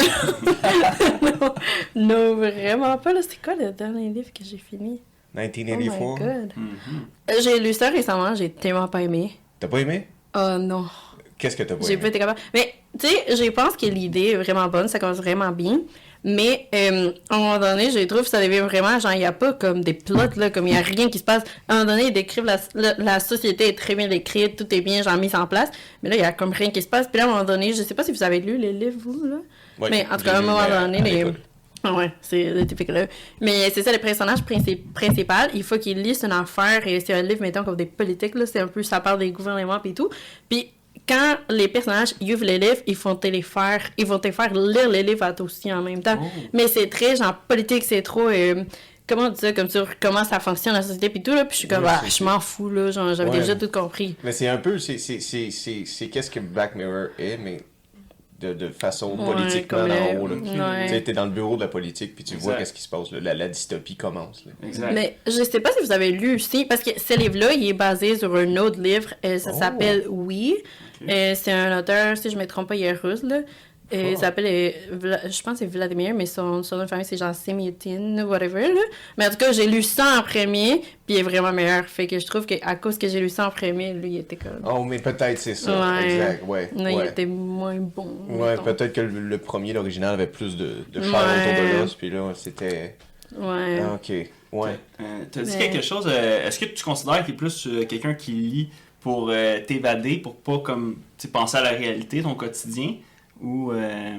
non, vraiment pas, là. C'était quoi le dernier livre que j'ai fini? Oh my 1984? god. Mhm. J'ai lu ça récemment, j'ai tellement pas aimé. T'as pas aimé? Oh non. Qu'est-ce que t'as pas J'ai aimé? pas été capable. Mais, tu sais, je pense que l'idée est vraiment bonne, ça commence vraiment bien. Mais, à un moment donné, je trouve que ça devient vraiment, genre, il n'y a pas comme des plots, là, comme il n'y a rien qui se passe. À un moment donné, ils décrivent la société est très bien décrite, tout est bien, genre, mis en place. Mais là, il y a comme rien qui se passe. Puis là, à un moment donné, je sais pas si vous avez lu les livres, vous, là. Ouais, Mais, en tout j'ai cas, à un lu, moment mais donné, à les... l'école. Ah ouais, c'est le typique là. Mais c'est ça, le personnage principal, il faut qu'il lise une affaire, et c'est un livre, mettons, comme des politiques, là, c'est un peu, ça parle des gouvernements et tout. Puis quand les personnages ouvrent les livres, ils vont te faire lire les livres à toi aussi en même temps. Oh. Mais c'est très, genre, politique, c'est trop... comment on dit ça, comme sur comment ça fonctionne la société puis tout, là, puis je suis comme, Ouais, ah, c'est- je m'en fous, là, genre, j'avais Ouais. déjà tout compris. Mais c'est un peu, c'est qu'est-ce que Black Mirror est, mais de façon politiquement comme en le- haut. Là. ouais. Tu sais, t'es dans le bureau de la politique, puis tu vois Exact. qu'est-ce qui se passe. Là. La dystopie commence. Là. Exact. Mais je sais pas si vous avez lu aussi, parce que ce livre-là, il est basé sur un autre livre. Ça Oh. s'appelle Oui. C'est un auteur, si je me trompe pas, il est russe, là. Il s'appelle, je pense que c'est Vladimir, mais son nom de famille, c'est genre Semyotin ou whatever, là. Mais en tout cas, j'ai lu ça en premier, puis il est vraiment meilleur. Fait que je trouve qu'à cause que j'ai lu ça en premier, lui, il était comme... Oh, mais peut-être c'est ça. Ouais. Exact, ouais. Non, il ouais. était moins bon. Ouais, mettons. peut-être que le premier, l'original, avait plus de chair Ouais. autour de l'os, puis là, c'était... Ouais. Ah, ok, ouais. T'as dit Mais- quelque chose, est-ce que tu considères qu'il est plus quelqu'un qui lit pour t'évader, pour pas comme tu sais, penser à la réalité, ton quotidien, ou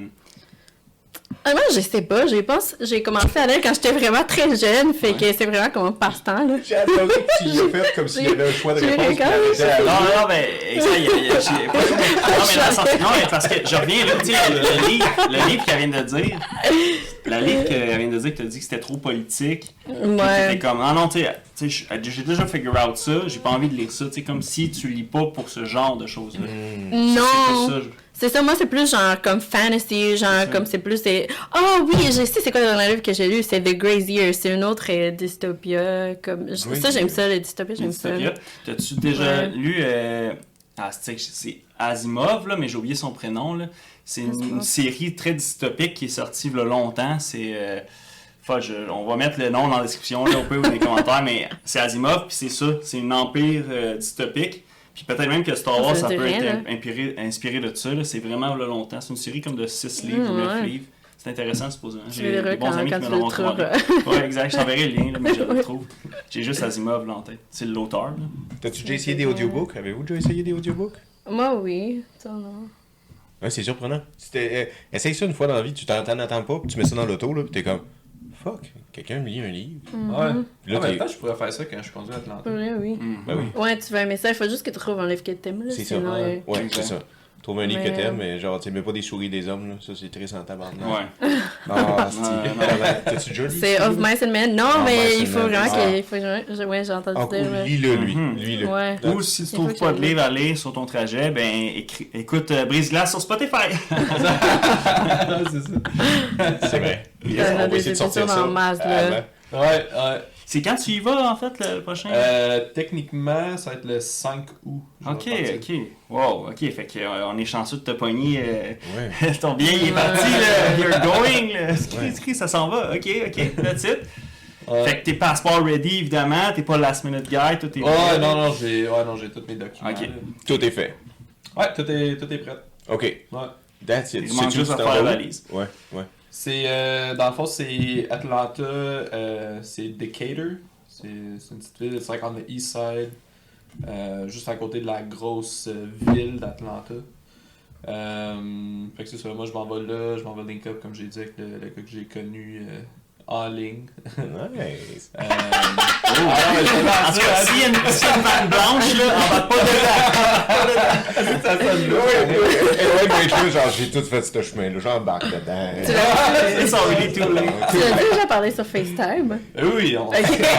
Moi, je sais pas. J'ai commencé à lire quand j'étais vraiment très jeune, fait que c'est vraiment comme un passe-temps, là. J'ai adoré que tu l'aies fait comme s'il y avait un choix de J'ai réponse. rigolé, puis arrêté à- non, mais exact, j'ai pas non, mais dans le sens- non, mais parce que je reviens là, tu sais, le livre qu'elle vient de dire, la livre qu'elle vient de dire que t'as dit que c'était trop politique, puis Ouais. t'étais comme, ah non, tu sais, j'ai déjà figure out ça, j'ai pas envie de lire ça, tu sais, comme si tu lis pas pour ce genre de choses-là. Non. C'est pas ça, C'est ça, moi, c'est plus genre comme fantasy, genre comme c'est plus... Oh oui, je sais c'est quoi dans le livre que j'ai lu, c'est The Grazier, c'est une autre dystopia, comme... Ça, j'aime ça, les dystopias, j'aime ça. Dystopia. T'as-tu déjà Ouais. lu c'est Asimov, là, mais j'ai oublié son prénom. Là. C'est une série très dystopique qui est sortie il y a longtemps. C'est. On va mettre le nom dans la description là, au peu ou dans les commentaires, mais c'est Asimov, puis c'est ça. C'est une empire dystopique. Puis peut-être même que Star Wars, Ça ça dit peut rien, être inspiré de ça. Là. C'est vraiment là, longtemps. C'est une série comme de 6 livres ou 9 ouais. livres. C'est intéressant, supposément. Je vais le des bons quand amis tu qui me le l'ont recommandé. trouves. Ouais, exact. Je t'enverrai le lien, là, mais je le retrouve. J'ai juste Asimov là en tête. C'est l'auteur. là. T'as-tu déjà essayé des audiobooks? Avez-vous déjà essayé des audiobooks? Moi, oui. Ça, non. Ouais, c'est surprenant. Essaye ça une fois dans la vie, tu t'en attends pas, puis tu mets ça dans l'auto, là, puis t'es comme, fuck, quelqu'un me lit un livre. Ouais. Puis là, Ah, mais t'es- peut-être que je pourrais faire ça quand je conduis à Atlanta. Ouais, oui. Ben oui, Ouais, tu veux un message, il faut juste que tu trouves un livre que t'aimes, là. c'est ça. Sinon, Ouais, Exact. c'est ça. Trouve un livre Mais, que t'aimes, mais genre, tu mets pas des souris des hommes, là. Ça, c'est très en tabarnak. Ouais. Ah, Ouais, T'as-tu déjà lu? c'est ça, Of là? Mice and Men. Non, Ah, mais Mice il and faut Men, vraiment ah. qu'il... Ouais, j'ai entendu Ah, cool, dire. Ouais. lis-le, lui. Mhm. Lis-le. Ouais. Ou si tu Il faut trouves que pas je de livre à lire sur ton trajet, ben écoute Brise-Glace sur Spotify. c'est ça. C'est vrai. Il y en a On va des essayer de sortir épisodes ça. en masse, là. avant. Ouais, ouais. C'est quand tu y vas, en fait, le prochain? Techniquement, ça va être le 5 août. je Ok, vais partir. ok. Wow, ok. Fait qu'on est chanceux de te pogner. Ouais. Ton billet, il est parti, là. You're going, là. Skri, ça s'en va. Ok, that's it. Fait que tes passeports ready, évidemment. T'es pas last minute guy, tout est Ouais, non, j'ai tous mes documents. Ok. là. Tout est fait. Ouais, tout est prêt. OK. Ouais. That's it. Il manque C'est-tu juste à tu faire t'en la vas où? valise. Ouais, ouais. C'est, dans le fond, c'est Atlanta, c'est Decatur. C'est une petite ville, c'est like on the east side, juste à côté de la grosse ville d'Atlanta. Fait que c'est ça, moi je m'en vais là, je m'en vais link up comme j'ai dit avec le gars que j'ai connu en ligne. Nice. En tout cas, s'il y a une vanne blanche, là, on va pas dedans. Ça sonne là. Ouais, great chose, genre, j'ai tout fait ce chemin-là, j'embarque dedans. Tu l'as It's already too late. tu l'as déjà parlé sur FaceTime? Oui, on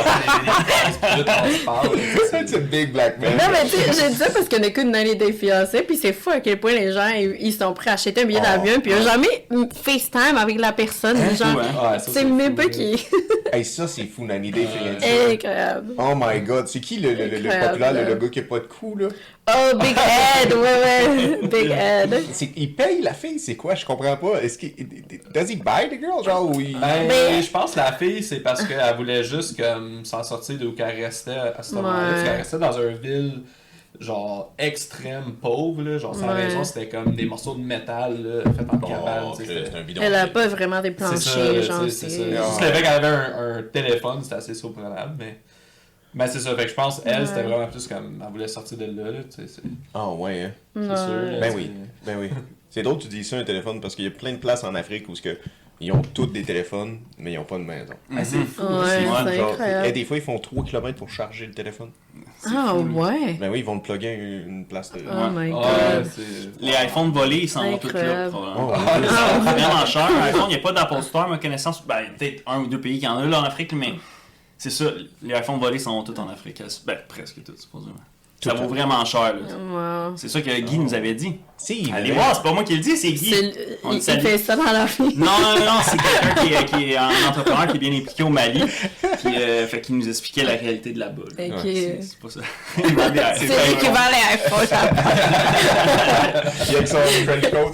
se parle. C'est un big black man. Non, mais tu sais, j'ai dit ça parce qu'on écoute 90 Day Fiancé, puis c'est fou à quel point les gens, ils sont prêts à acheter un billet d'avion, puis ils n'ont jamais FaceTime avec la personne. Genre, fou, hein? Ouais, ça, c'est même fou, pas là. qui. Hey, ça, c'est fou, Nanny Day Fiancé. Incroyable. Oh my god, c'est qui le Incroyable. populaire, le gars qui a pas de cou, là? Oh, Big Ed, ouais. Big Ed. Il paye la fille, c'est quoi? Je comprends pas. Est-ce qu'il... Does he buy the girl, genre, ou il... Mais- Je pense que la fille, c'est parce qu'elle voulait juste comme s'en sortir d'où qu'elle restait à ce moment-là. Ouais. Parce qu'elle restait dans une ville, genre, extrême pauvre, là. Genre, sa Ouais. maison, c'était comme des morceaux de métal, là, faits en cabane, Oh, tu sais, c'est c'était- un bidon. Elle a pas vraiment des C'est ça, planchers, genre, c'est ça. c'est... Juste le fait qu'elle avait un téléphone, c'était assez surprenant, mais c'est ça. Fait que je pense, elle, c'était vraiment plus comme, elle voulait sortir de là, tu sais, c'est Ah ouais, hein? c'est Ouais. sûr. là, Ben c'est- oui, ben oui. C'est drôle que tu dis ça, un téléphone, parce qu'il y a plein de places en Afrique où ils ont tous des téléphones, mais ils n'ont pas de maison. Ah, c'est fou. Ouais, c'est c'est Genre, incroyable. des fois, ils font 3 km pour charger le téléphone. Ah, ouais. Ben oui, ils vont le plugger à une place de... Oh my Ouais, god. c'est... Les iPhones volés, ils s'en vont tous là, Incroyable. probablement. Oh, C'est vraiment cher. Un iPhone, il n'y a pas d'Apple Store, à ma connaissance. Ben, peut-être un ou deux pays qui en ont là en Afrique, mais c'est ça. Les iPhones volés s'en vont tous en Afrique. Ben, presque tous, supposément. Ça vaut vraiment cher, là. Wow. C'est ça que Guy nous avait dit. Si, Allez voir, c'est pas moi qui le dis, c'est Guy. On le Il salue. fait ça dans la vie. Non, c'est quelqu'un qui est un entrepreneur qui est bien impliqué au Mali, qui nous expliquait la réalité de là-bas. là. Ok. C'est pas ça. Il vend des C'est lui qui vend les iPhones. il y a que son French coat.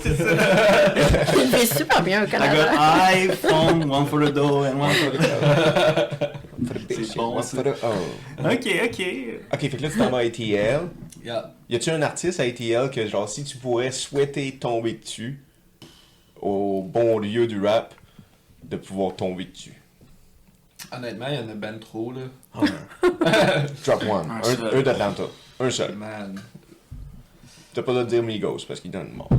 Il fait super bien au I Canada. got iPhone, one for the dough and one for the... C'est bon, ça. Oh. Ok. Ok, fait que là, tu t'en vas à ATL. Yeah. Y a-tu un artiste à ATL que, genre, si tu pourrais souhaiter tomber dessus, au bon lieu du rap, de pouvoir tomber dessus? Honnêtement, il y en a ben trop, là. Drop one. Un seul. Un d'Atlanta. Un seul. Man. T'as pas le droit de dire Migos parce qu'il donne mort.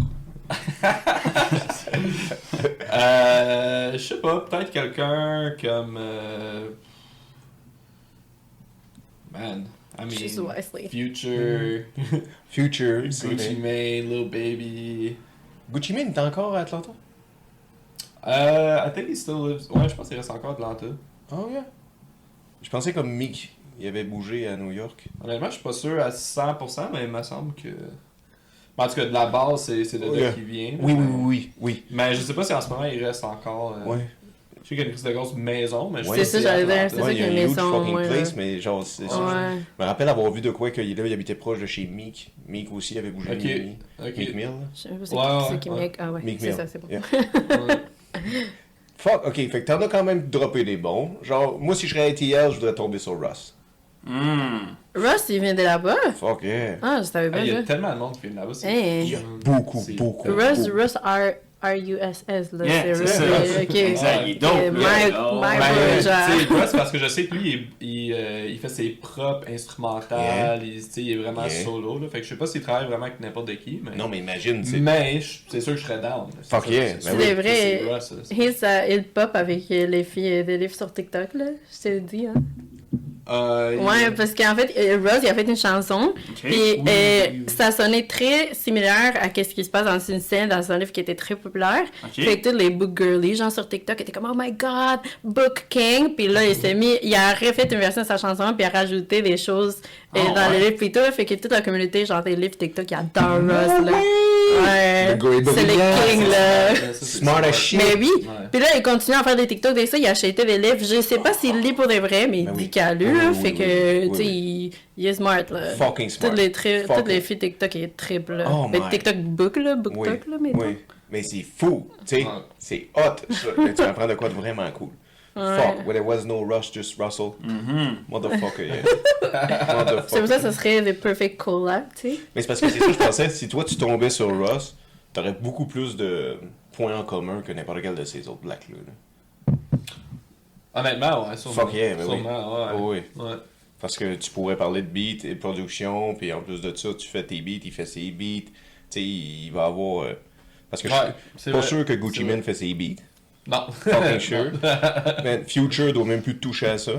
Je sais pas, peut-être quelqu'un comme... Man, I mean... Choose wisely. Future, Future. Gucci Mane, Lil Baby... Gucci Mane est encore à Atlanta? I think he still lives... Ouais, je pense qu'il reste encore à Atlanta. Oh yeah. Je pensais comme Meek. Il avait bougé à New York. Honnêtement, je suis pas sûr à 100%, mais il me semble que... En tout cas, de la base, c'est de là Yeah. qu'il vient. là. Oui. Mais je sais pas si en ce moment, il reste encore... Ouais. Je sais qu'il y a une petite grosse maison, mais je Ouais, sais c'est que ça, j'allais Atlanta. dire, c'est ça il y a qu'il y a un une huge maison, fucking ouais, place, ouais. mais genre, c'est... Ouais. Je me rappelle avoir vu de quoi qu'il il habitait proche de chez Meek. Meek aussi avait bougé. Ok. Meek Mill. là. Je sais pas c'est Ouais, qui ouais, qui ouais. mec. Ah ouais, Meek c'est Mill. ça, c'est bon. Yeah. Ouais. Fuck, ok, fait que t'en as quand même droppé des bons. Genre, moi si je serais à ATL, je voudrais tomber sur Russ. Ross, il vient de là-bas? Fuck yeah. Ah, je savais Ah, pas il y a ça. tellement de monde qui vient de là-bas. c'est Hey. Il y a fou. beaucoup. Russ, R-U-S-S, là. Yeah, c'est c'est Russ. ça. Ok. Exact, il est dope. Ok, là. my Oh. bro, Ben, genre. tu sais, Russ, parce que je sais que lui, il fait ses propres instrumentales, tu sais, il est vraiment Yeah. solo, là. Fait que je sais pas s'il travaille vraiment avec n'importe qui, mais... Non, mais imagine, c'est... Mais c'est sûr que je serais down. C'est Fuck sûr, yeah, c'est ben sûr C'est que vrai. c'est Russ, là. Il pop avec les filles des livres sur TikTok, là. Je te le dis, hein. Ouais, parce qu'en fait, Ross, il a fait une chanson, puis ça sonnait très similaire à ce qui se passe dans une scène, dans un livre qui était très populaire. Ok. Fait que tous les book girlies, genre sur TikTok, étaient comme « Oh my God, Book King! » Puis là, il a refait une version de sa chanson, puis il a rajouté des choses dans ouais. les livres, puis tout. Fait que toute la communauté, genre des livres TikTok, ils adorent Ross, là. Ouais. Le gars est C'est brillant. le king, là. Ouais, ça, c'est Smart as shit. Mais oui. Ouais. Puis là, il continue à faire des TikTok et ça, il a acheté des livres. Je sais pas s'il lit pour des vrais, mais il Ben dit oui. qu'il a lu, Oui, là. oui, Fait oui, que, oui, tu sais, il est smart, là. Fucking smart. Toutes Fucking. les filles TikTok, il est triple, là. Oh Mais my. TikTok book, là, Oui, BookTok, là, mais oui. Mais c'est fou, tu sais, Ouais. c'est hot, ça. Mais tu apprends de quoi de vraiment cool. Ouais. Fuck, when there was no rush, just Russell. Motherfucker, yeah. C'est Motherfucker. pour ça que ça serait le perfect collab, tu sais. Mais c'est parce que c'est ça, je pensais, si toi tu tombais sur Russ, t'aurais beaucoup plus de points en commun que n'importe quel de ces autres blacks-là. là. Honnêtement, ouais, sûrement. Fuck yeah, mais oui. Sûrement, ouais. Oh oui. Ouais. Parce que tu pourrais parler de beat et de production, puis en plus de ça, tu fais tes beats, il fait ses beats. Tu sais, il va avoir. Parce que Ouais, je c'est suis pas vrai. sûr que Gucci C'est Mane vrai. fait ses beats. Non. Fucking sure. Man, Future doit même plus toucher à ça.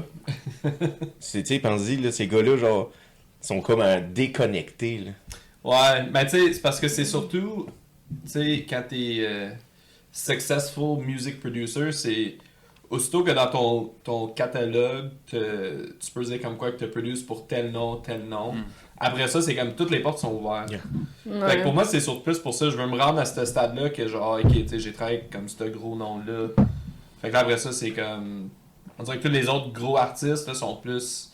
Tu sais, pense-y, là, ces gars-là, genre, sont comme déconnectés, là. Ouais, mais tu sais, c'est parce que c'est surtout, tu sais, quand t'es successful music producer, c'est aussitôt que dans ton catalogue, tu peux dire comme quoi que tu produis pour tel nom. Après ça, c'est comme toutes les portes sont ouvertes. Yeah. Ouais. Fait que pour moi, c'est surtout plus pour ça, je veux me rendre à ce stade-là que genre, ok, tu sais, j'ai travaillé comme ce gros nom-là. Fait que là, après ça, c'est comme. On dirait que tous les autres gros artistes là, sont plus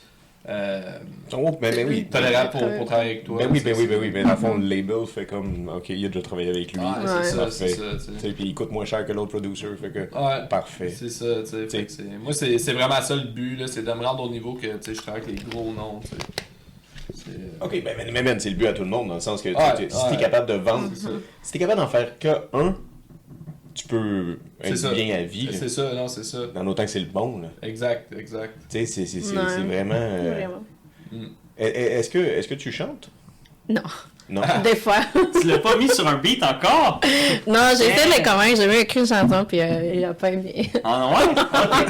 Oh, mais oui. tolérables pour travailler avec toi. Ben oui, ben C'est- oui, ben oui. Mais dans le fond, le label fait comme, ok, il a déjà travaillé avec lui. Ouais, Ouais. c'est ça, Parfait. c'est ça, tu Tu sais. sais, puis il coûte moins cher que l'autre producer, fait que Ouais. parfait. C'est ça, tu sais. Fait que moi, c'est vraiment ça le but, là, c'est de me rendre au niveau que tu sais, je travaille avec les gros noms, tu sais. C'est, Ok, ben c'est le but à tout le monde, dans le sens que Ouais, si t'es ouais. capable de vendre, c'est ça. si t'es capable d'en faire que un, tu peux C'est être ça. bien à vie. là. C'est ça, non, c'est ça. Dans autant que c'est le bon, là. Exact. Tu sais, c'est Ouais. vraiment... Vraiment. Est-ce que tu chantes? Non. Non. Des fois. Tu l'as pas mis sur un beat encore? Non, j'ai essayé de le convaincre. J'ai même écrit une chanson, puis il a pas aimé. Ah non, ouais? Ah,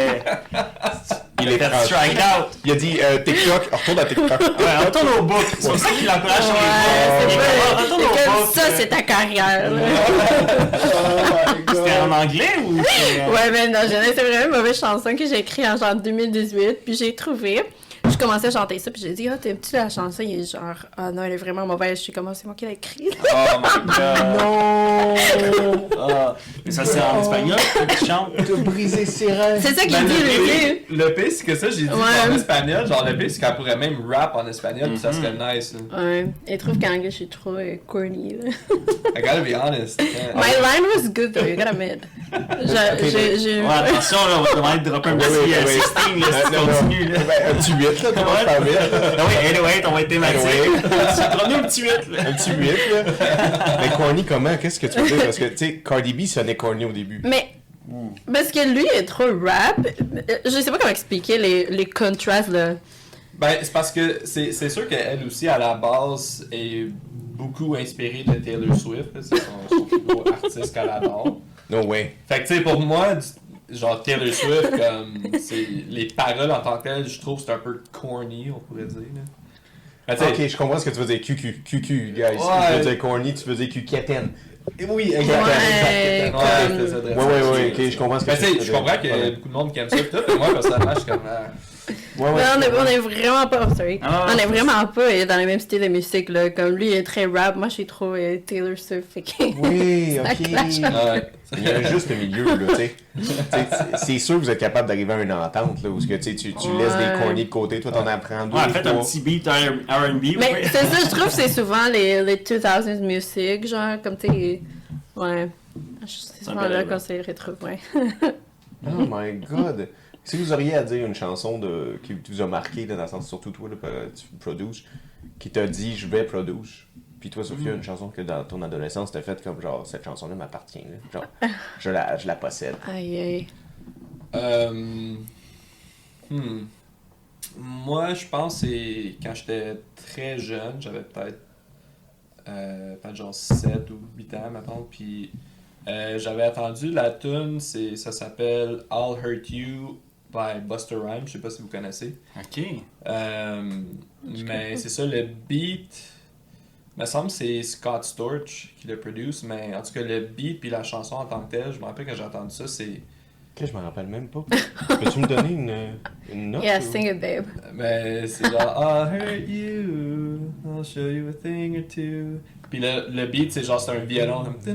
il a fait strike out. Il a dit TikTok, retourne à TikTok. Ouais, retourne au book. C'est pour ça qu'il encourage sur Ouais, les c'est books. pas... Retourne c'est au comme book. ça, c'est ta carrière, là. C'était en anglais ou c'était... Ouais, mais non, c'est vraiment une mauvaise chanson que j'ai écrite en genre 2018, puis j'ai trouvé. Je commençais à chanter ça, puis j'ai dit, ah, t'aimes-tu la chanson? Il est genre, ah non, elle est vraiment mauvaise. Je suis comme, c'est moi qui l'ai écrite. Oh my god. Non! Ah. Mais ça, c'est en espagnol que tu chantes? T'as brisé ses rêves. C'est ça qu'il Ben, dit, lui. le pire, c'est que ça, j'ai dit Ouais. en espagnol. Genre, le pire, c'est qu'elle pourrait même rap en espagnol, puis ça serait nice. Là. Ouais, il trouve qu'en anglais, je suis trop corny, là. I gotta be honest. Yeah. My line was good, though, you gotta admit. J'ai... Ouais, attention, là, on va te demander de dropper un petit oui, oui. 16 là, si tu continues, là. Ben, un petit 8, là, commence par 8. Ah oui, anyway, on va être thématique. Anyway. Tu vas te ramener un petit 8, là. Un petit 8, là. Mais corny comment? Qu'est-ce que tu veux dire? Parce que, tu sais, Cardi B sonnait corny au début. Mais, parce que lui est trop rap, je sais pas comment expliquer les contrastes, là. Ben, c'est parce que c'est sûr qu'elle aussi, à la base, est beaucoup inspirée de Taylor Swift. là. C'est son plus gros artiste qu'elle adore. No way. Fait que, tu sais, pour moi, genre Taylor Swift, comme, c'est les paroles en tant que telles, je trouve que c'est un peu corny, on pourrait dire. Là. Mais, tu sais, Ok, je comprends ce que tu veux dire. QQ, guys. Ouais. Tu veux dire corny, tu veux dire QQataine. oui, Ouais, exactement. comme- Ouais, c'est ça, Ouais, ok, je comprends ce que Mais tu tu veux sais, dire. je comprends qu'il y a beaucoup de monde qui aime ça, pis tout, mais moi, personnellement, je suis comme. Ouais, Mais on est vraiment pas, oh, sorry. Ah, on est c'est vraiment pas dans le même style de musique, là. Comme lui, il est très rap, moi, je suis trop Taylor Swift, fait que... Oui, Ça clash. ok. Ouais. Il y a un juste milieu, là, tu sais. Tu sais, c'est sûr que vous êtes capable d'arriver à une entente, là, où ce que, tu sais, tu laisses des Ouais. corny de côté, toi, t'en apprends deux, Ouais, faites un trois. petit beat R&B. Mais ouais. c'est ça, je trouve que c'est souvent les 2000s music, genre, comme, tu sais... Ouais. C'est un souvent bel là album. qu'on se les retrouve, ouais. Oh my god. Si vous auriez à dire une chanson qui vous a marqué, là, dans le sens, surtout toi, là, tu produces, qui t'a dit je vais produire, puis toi, Sophia, une chanson que dans ton adolescence, t'as faite comme genre cette chanson-là m'appartient, là. Genre, je la possède. Aïe, aïe. Moi, je pense que c'est quand j'étais très jeune, j'avais peut-être genre 7 ou 8 ans, maintenant, puis j'avais attendu la tune, ça s'appelle I'll Hurt You by Busta Rhymes, je sais pas si vous connaissez. Ok. Mais c'est ça, le beat, il me semble que c'est Scott Storch qui le produit, mais en tout cas, le beat puis la chanson en tant que telle, je me rappelle quand j'ai entendu ça, c'est. Que je m'en rappelle même pas. Peux-tu me donner une note? Yeah, ou- sing it, babe. Mais c'est genre I'll hurt you I'll show you a thing or two. Puis le beat, c'est genre, c'est un violon comme.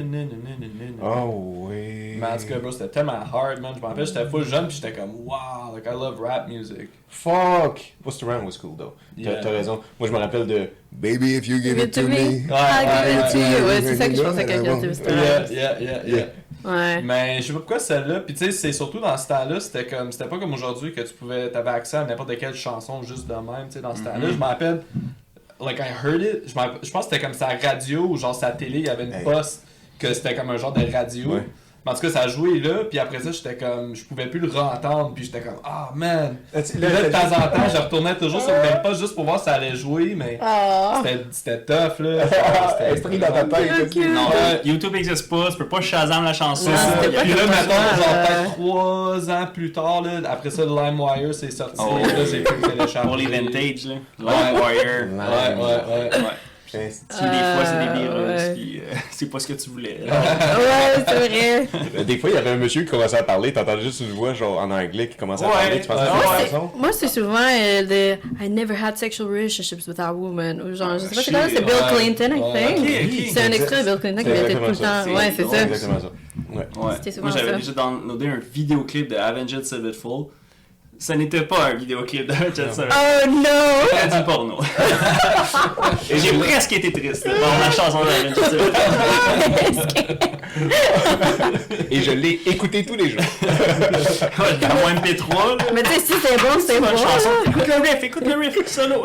Oh oui. Mais en tout cas, bro, c'était tellement hard, man. Je me rappelle, j'étais full jeune, puis j'étais comme, wow, like I love rap music. Fuck! Busta Rhymes was cool though. Yeah. T'as raison. Moi je me rappelle de Baby if you give it to me. I'll give it to you. Ouais, c'est ça que je pensais que quelqu'un disait. Yeah. Ouais. Mais je sais pas pourquoi celle-là, puis tu sais, c'est surtout dans ce temps-là, c'était pas comme aujourd'hui que t'avais accès à n'importe quelle chanson juste de même, tu sais, dans ce temps-là. Je me rappelle, like I heard it, je pense que c'était comme sa radio ou genre sa télé, il y avait une poste que c'était comme un genre de radio. Ouais. Mais en tout cas, ça a joué là, puis après ça, j'étais comme, je pouvais plus le re-entendre, puis j'étais comme, ah man! Puis là, de temps en temps, je retournais toujours sur le même poste juste pour voir si ça allait jouer, mais c'était tough là. Esprit dans ta tête. Non, YouTube n'existe pas, tu peux pas Shazam la chanson. Non, c'était pas Puis là, comme maintenant, ça, genre peut-être 3 ans plus tard, là, après ça, LimeWire c'est sorti, Oh. là, j'ai pu le télécharger. Pour les vintage, là. LimeWire. Ouais. Des fois, c'est des virus, ouais. puis c'est pas ce que tu voulais. Ouais, c'est vrai. Des fois, il y avait un monsieur qui commençait à parler, t'entendais juste une voix genre en anglais qui commençait à parler, tu pensais Ouais. que Moi, c'était c'est- la chanson? Moi, c'est souvent de I never had sexual relationships with a woman. Ou genre, je sais pas c'est quoi, c'est Bill Ouais. Clinton, I Ouais. think. Ok. C'est un extrait de Bill Clinton qui C'est mettait tout le exactement ça. temps. Ouais, c'est C'est ça. Exactement ça. Ouais. Ouais. C'était souvent Moi, j'avais ça. déjà downloadé un vidéoclip de Avenged Sevenfold. Ça n'était pas un vidéoclip d'Avenged Sevenfold. Oh no! C'était du porno. Et j'ai presque été triste dans la chanson d'Avenged Sevenfold. Et je l'ai écouté tous les jours. Dans mon MP3, là. Mais tu sais, si c'est bon, c'est bon. Bonne chanson. là. Écoute le riff, solo.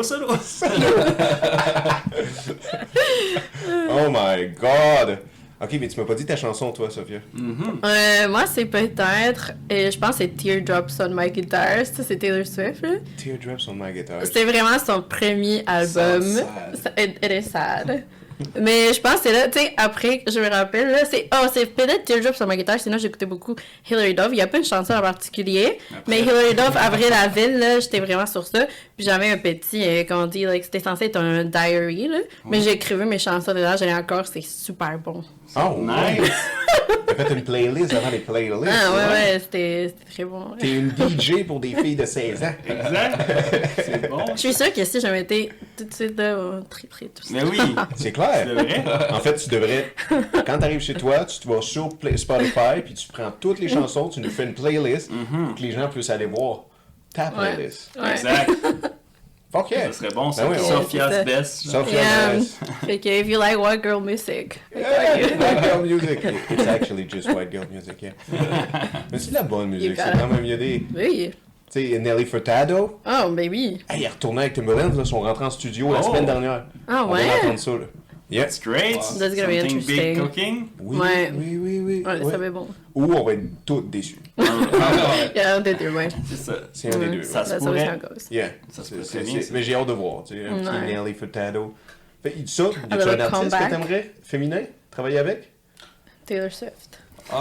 Oh my god! Ok, mais tu m'as pas dit ta chanson, toi, Sophia. Moi, c'est peut-être, je pense que c'est Teardrops on My Guitar. Ça, c'est Taylor Swift. Là. Teardrops on my guitar. C'était vraiment son premier album. Sounds sad. It is sad. Mais je pense que c'est là, tu sais, après, je me rappelle, là, c'est peut-être Teardrops sur ma guitare, sinon j'écoutais beaucoup Hilary Duff. Il n'y a pas une chanson en particulier, mais Hilary Duff, Avril Lavigne, là, j'étais vraiment sur ça. Puis j'avais un petit, comment on dit, like, c'était censé être un diary, là. Mais j'écrivais mes chansons dedans, j'en ai encore, c'est super bon. Oh, Nice. T'as fait une playlist avant les playlists. Ah ouais, c'était très bon. T'es une DJ pour des filles de 16 ans. Exact. C'est bon. Je suis sûre que si j'avais été tout de suite là, on triperait tout ça. Mais oui, C'est clair. c'est vrai. En fait, tu devrais, quand t'arrives chez toi, tu te vas sur Spotify, puis tu prends toutes les chansons, tu nous fais une playlist, pour que les gens puissent aller voir ta playlist. Ouais. Exact. Fuck yeah! Ça serait bon, ça. Ben oui, Sophia's c'est ça. Best. Sophia Yeah. Best. Fait que if you like white girl music. White girl music. It's actually just white girl music, yeah. Mais c'est de la bonne musique, c'est quand même, il y a des... Oui. Tu sais, Nelly Furtado, Oh, ben oui. hey, il est retourné avec Timbaland, là, ils sont rentrés en studio la Oh. semaine dernière. Ah On ouais? vient d'entendre ça, là. Yeah. That's great. That's gonna be Something big interesting. cooking. Oui, Ouais. oui. Ouais, ouais. ça va être bon. Ou on va être tous déçus. Il y a un des deux, ouais. C'est ça. C'est un des Ouais. deux. Ça ouais. se Ça va pourrait. être en cause. Yeah. Ça se C'est- peut c'est- très bien, c'est- ça. Mais j'ai hâte de voir, tu sais, un petit Ouais. Nelly Furtado. Fait, ça, y a-tu Avec un le artiste comeback. que t'aimerais, féminin, travailler avec? Taylor Swift.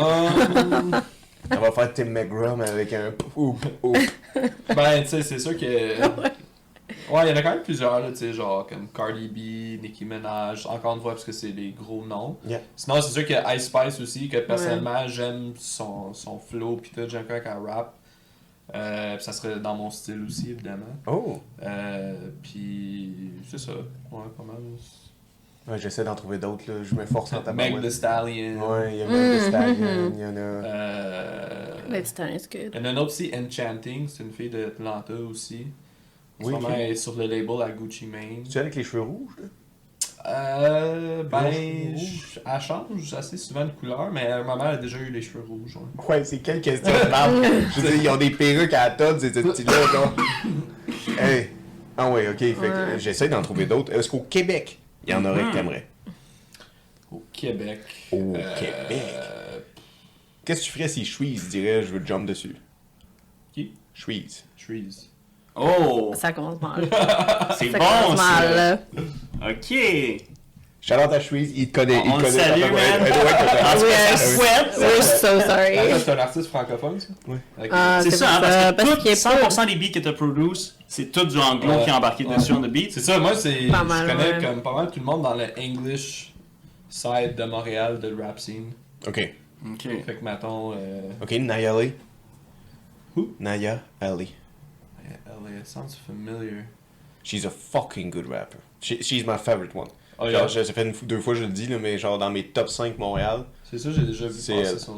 On va faire Tim McGraw, mais avec un pouf. Ben, tu sais, c'est sûr que. Ouais, il y en a quand même plusieurs, là, tu sais, genre comme Cardi B, Nicki Minaj, encore une fois, parce que c'est des gros noms. Yeah. Sinon, c'est sûr qu'il y a Ice Spice aussi, que personnellement, j'aime son flow, pis tout, j'aime quand elle rap. Pis ça serait dans mon style aussi, évidemment. Oh! Puis c'est ça, ouais, pas mal. Ouais, j'essaie d'en trouver d'autres, là. Je me force en Meg tabarouette. Thee Stallion. Ouais, il y a Meg Thee Stallion, il y en a... Let's done, it's good. Il y en a une autre aussi, Enchanting, c'est une fille d'Atlanta aussi. Oui, Sûrement, ok. elle est sur le label à Gucci Mane. Tu es avec les cheveux rouges, là? Ben, Rouge. elle change assez souvent de couleur, mais ma mère a déjà eu les cheveux rouges. Ouais. Ouais, c'est quelle question de marde? Je veux dire, ils ont des perruques à la tonne, ces petits-là, genre. Hey! Ah ouais, ok, fait que j'essaie d'en trouver d'autres. Est-ce qu'au Québec, il y en aurait que t'aimerais? Au Québec. Au Québec? Qu'est-ce que tu ferais si Shreeze dirait « je veux jump dessus » Qui? Shreeze. Trees. Oh, Ça commence mal. c'est Ça bon commence mal, ça. là. Ok. Shout-out à Shreeze, il te connaît. On le salue, man. Ouais, En tout cas, ça Yes. souhaite. We're so sorry. Attends, c'est un artiste francophone, ça? Oui. Ok. Ah, C'est ça, hein, pour parce parce que qu'il est pas... 100% des beats que tu produces, c'est tout du anglo Ouais. qui est embarqué Ouais. dessus on the beat. C'est ça, moi, c'est. Pas mal, je connais ouais. comme pas mal tout le monde dans le English side de Montréal, de rap scene. Ok. Ok. Fait que, mettons. Ok, Naya Ali. Who? Naya Ali. LA, it sounds familiar. she's a fucking good rapper. She's my favorite one. Oh, Genre, yeah. ça fait 2 fois que je le dis, là, mais genre dans mes top 5 Montréal, C'est ça, j'ai déjà vu C'est passer elle. sur.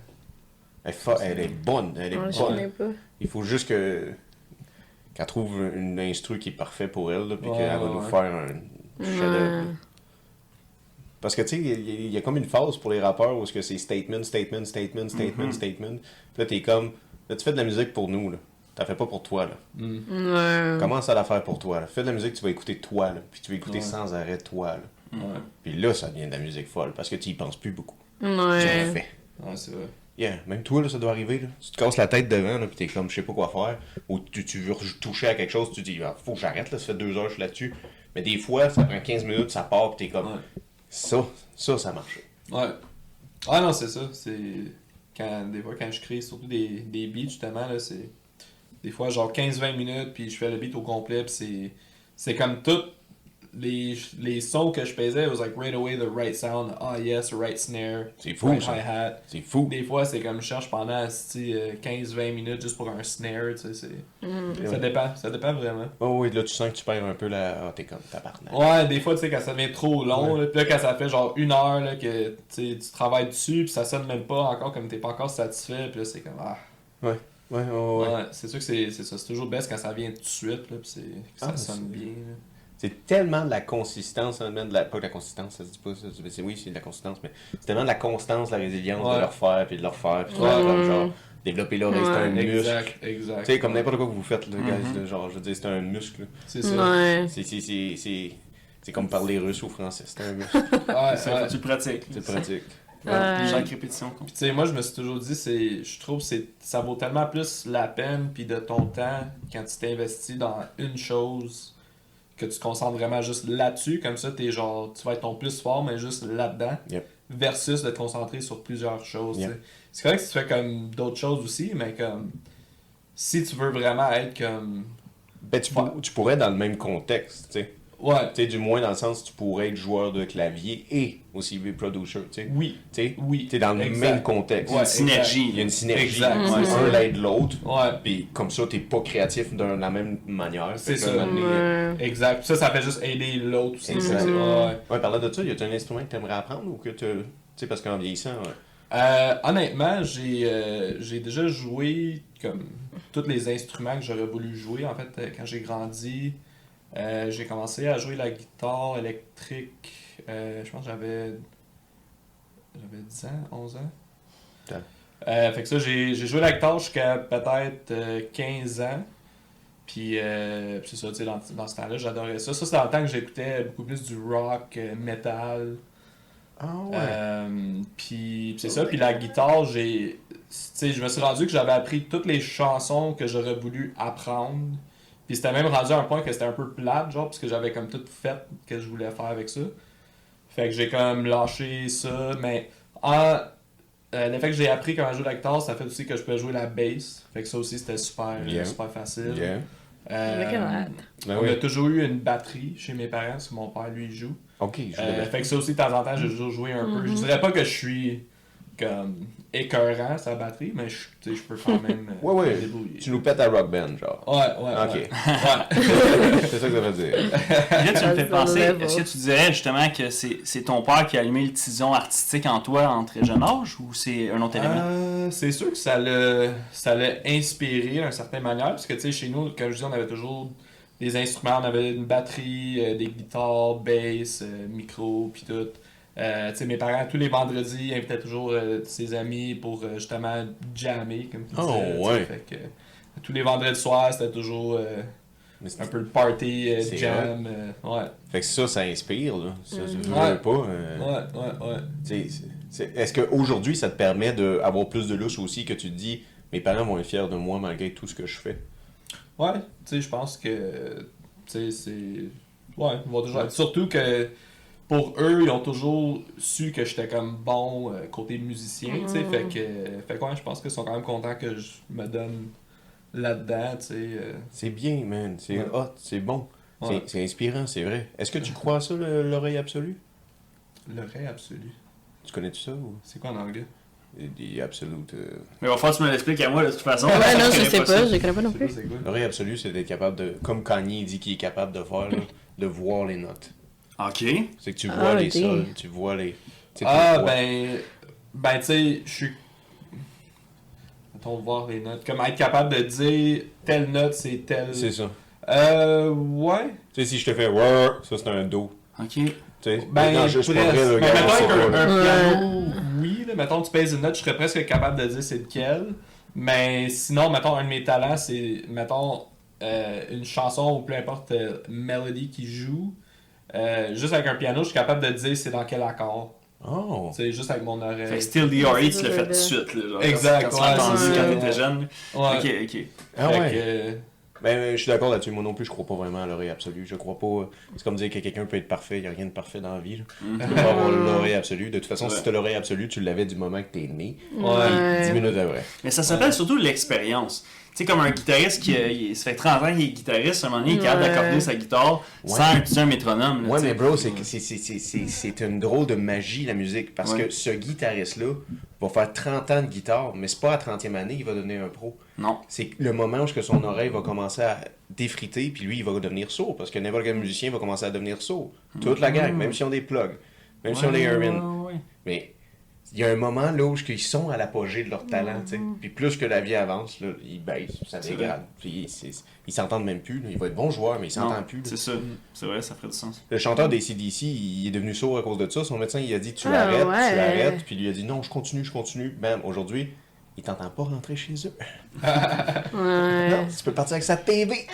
elle est bonne. Elle est Ouais, je bonne. connais pas. Il faut juste qu'elle trouve une instru qui est parfait pour elle, là, puis Ouais, qu'elle va ouais, nous ouais. faire un chef-d'œuvre. Ouais. Parce que tu sais, il y a comme une phase pour les rappeurs où est-ce que c'est statement. Puis là, t'es comme, là, tu fais de la musique pour nous, là. T'en fais pas pour toi, là. Ouais. Commence à la faire pour toi, là. Fais de la musique que tu vas écouter toi, là. Puis tu vas écouter Ouais. sans arrêt toi, là. Ouais. Puis là, ça devient de la musique folle, parce que tu y penses plus beaucoup. Tu le Ouais. fais. Ouais, c'est vrai. Yeah, même toi, là, ça doit arriver, là. Tu te casses la tête devant, là, puis t'es comme, je sais pas quoi faire. Ou tu veux toucher à quelque chose, tu dis, ah, faut que j'arrête, là, ça fait 2 heures que je suis là-dessus. Mais des fois, ça prend 15 minutes, ça part, puis t'es comme, Ouais. ça marche. Ouais. Ah non, c'est ça. C'est. Des fois, quand je crée surtout des beats, justement, là, c'est. Des fois, genre 15-20 minutes, puis je fais le beat au complet, puis c'est comme tout. Les sons que je faisais, it was like right away the right sound, ah yes, right snare, C'est fou, right ça. hi-hat. C'est fou. Des fois, c'est comme je cherche pendant 15-20 minutes juste pour un snare, tu sais, ça dépend vraiment. Oh oui, là, tu sens que tu perds un peu la... Ah, t'es comme tabarnak. Ouais, des fois, tu sais, quand ça devient trop long, là, puis là, quand ça fait genre 1 heure, là, que tu sais, tu travailles dessus, puis ça sonne même pas encore comme t'es pas encore satisfait, puis là, c'est comme, ah. Ouais. Ouais, c'est sûr que c'est ça. C'est toujours best quand ça vient tout de suite, là, pis que ça Ah, sonne c'est- bien. Là. C'est tellement de la consistance, hein, même pas de la consistance, ça se dit pas ça. Oui, c'est de la consistance, mais c'est tellement de la constance, de la résilience Ouais. de le refaire, puis de le refaire, puis de Ouais. faire comme genre, développer l'oreille, c'est un muscle. Exact. Tu sais, comme n'importe quoi que vous faites, là, Mhm. guys, là, genre, je veux dire, c'est un muscle. Là. C'est ça. Ouais. C'est comme parler russe ou français, c'est un muscle. Ouais, Ça, faut que tu le pratiques. C'est pratique. Ouais. Chaque répétition. Puis tu sais, moi, je me suis toujours dit, je trouve que ça vaut tellement plus la peine, puis de ton temps, quand tu t'investis dans une chose, que tu te concentres vraiment juste là-dessus, comme ça, tu vas être ton plus fort, mais juste là-dedans, Yep. versus de te concentrer sur plusieurs choses. Yep. tu sais. C'est correct que tu fais comme d'autres choses aussi, mais comme, si tu veux vraiment être comme... Ben, tu pourrais dans le même contexte, tu sais. Ouais, Tu sais, du moins dans le sens, tu pourrais être joueur de clavier et aussi producer, tu sais. oui, Tu sais, oui. t'es dans le exact. même contexte. Ouais, Une synergie. Il y a une synergie. Exact, Ouais, c'est un ça. l'aide l'autre. Ouais, Puis comme ça, t'es pas créatif de la même manière. C'est Fait que, ça. un moment donné, Ouais. exact. Ça fait juste aider l'autre aussi. Exact. C'est- ouais. Ouais, parlant de ça, y a-tu un instrument que t'aimerais apprendre ou que tu sais, parce qu'en vieillissant, Honnêtement, j'ai déjà joué comme tous les instruments que j'aurais voulu jouer. En fait, quand j'ai grandi, j'ai commencé à jouer la guitare électrique. Je pense que j'avais 10 ans, 11 ans. Putain. Fait que ça, j'ai joué la guitare jusqu'à peut-être 15 ans. Puis c'est ça, tu sais, dans ce temps-là, j'adorais ça. Ça, c'est dans le temps que j'écoutais beaucoup plus du rock, metal. Ah Puis c'est ça, puis la guitare, tu sais, je me suis rendu que j'avais appris toutes les chansons que j'aurais voulu apprendre. Puis c'était même rendu à un point que c'était un peu plate, genre, parce que j'avais comme tout fait que je voulais faire avec ça. Fait que j'ai comme lâché ça, mais l'effet que j'ai appris quand je joue la guitare, ça fait aussi que je peux jouer la bass. Fait que ça aussi, c'était super, Yeah. super facile. Yeah. Look at that. Ben On oui. a toujours eu une batterie chez mes parents, parce que mon père, lui, il joue. Ok, je l'avais Fait que ça aussi, de temps en temps, j'ai toujours joué un peu. Je dirais pas que je suis comme écœurant sur la batterie, mais tu sais, je peux quand même Ouais. me débrouiller. Tu nous pètes à Rock Band, genre. Ouais. Ok. Ouais. C'est ça que ça veut dire. Puis là, tu me fais That's the penser, level. est-ce que tu dirais justement que c'est ton père qui a allumé le tison artistique en toi en très jeune âge ou c'est un autre élément? C'est sûr que ça l'a inspiré d'une certaine manière, parce que tu sais, chez nous, comme je dis, on avait toujours des instruments, on avait une batterie, des guitares, bass, micro, puis tout. Tu sais, mes parents, tous les vendredis, invitaient toujours ses amis pour justement jammer, comme tu Oh, disais. tu sais. ouais. Fait que tous les vendredis soirs, c'était toujours Mais c'est- un peu le party, C'est jam. Ouais. Fait que ça inspire, là. Ça, je veux Ouais. pas. Ouais. Tu sais, est-ce qu'aujourd'hui, ça te permet d'avoir plus de lousse aussi, que tu te dis, mes parents vont être fiers de moi malgré tout ce que je fais? Ouais, tu sais, je pense que, tu sais, c'est... Ouais, ils vont toujours être... Surtout que, pour eux, ils ont toujours su que j'étais comme bon côté musicien, tu sais, fait que ouais, je pense qu'ils sont quand même contents que je me donne là-dedans, tu sais. C'est bien, man. C'est Ouais. hot, c'est bon. Ouais. C'est inspirant, c'est vrai. Est-ce que tu crois à ça, l'oreille absolue? L'oreille absolue. Tu connais-tu ça ou? C'est quoi en anglais? The Absolute. Mais il va falloir que tu me l'expliques à moi de toute façon. Ouais, non, je connais sais ça. pas, je connais pas non C'est quoi, plus. c'est quoi? L'oreille absolue, c'est d'être capable de, comme Kanye dit qu'il est capable de faire, là, de voir les notes. Ok. C'est que tu vois les ok. sols, tu vois les. tu sais, tu Ah, vois. ben, tu sais, je suis. Mettons, voir les notes. Comme être capable de dire telle note, c'est telle. C'est ça. Ouais. Tu sais, si je te fais ouais, ça c'est un Do. Ok. Tu sais, Ben, non, je suis pas presque. vrai, le Ben, gars, mettons, c'est avec pas, là. un piano, oui, là, mettons, tu pèses une note, je serais presque capable de dire c'est lequel. Mais sinon, mettons, un de mes talents, c'est, mettons, une chanson ou peu importe mélodie qui joue. Juste avec un piano, je suis capable de dire c'est dans quel accord. Oh. C'est juste avec mon Fait oreille. que Still DRE, tu l'as fait tout de suite. Là, genre, Exact, Quand tu l'as entendu ouais. quand t'étais jeune. Ouais. Ok, ok. Ah Fait ouais. que, Ben, je suis d'accord là-dessus. Moi non plus, je crois pas vraiment à l'oreille absolue. Je crois pas. C'est comme dire que quelqu'un peut être parfait. Il n'y a rien de parfait dans la vie. Là. Tu peux pas avoir l'oreille absolue. De toute façon, Ouais. si tu as l'oreille absolue, tu l'avais du moment que t'es né. ouais. 10 minutes après. Mais ça s'appelle surtout l'expérience. Tu sais, comme un guitariste ça fait 30 ans qu'il est guitariste, à un moment donné, il est capable Ouais. d'accorder sa guitare sans utiliser un métronome. là, Ouais, tu sais. mais bro, c'est une drôle de magie, la musique. Parce Ouais. que ce guitariste-là va faire 30 ans de guitare, mais c'est pas à 30e année qu'il va devenir un pro. Non. C'est le moment où que son oreille va commencer à défriter, puis lui, il va devenir sourd. Parce que n'importe quel musicien va commencer à devenir sourd. Toute la gang, même si on des plugs, même si on des Irvin. Ouais. Mais il y a un moment là où ils sont à l'apogée de leur talent, tu sais. Puis plus que la vie avance, là, ils baissent, ça C'est dégrade. Puis ils s'entendent même plus. Là. Il va être bon joueur, mais ils Non, s'entendent plus. là. c'est ça. C'est vrai, ça ferait du sens. Le chanteur des CDC, il est devenu sourd à cause de ça. Son médecin, il a dit tu Ah, arrêtes, ouais. tu arrêtes. Puis lui a dit non, je continue. Bam, aujourd'hui, il t'entend pas rentrer chez eux. Ouais. Non, tu peux partir avec sa TV.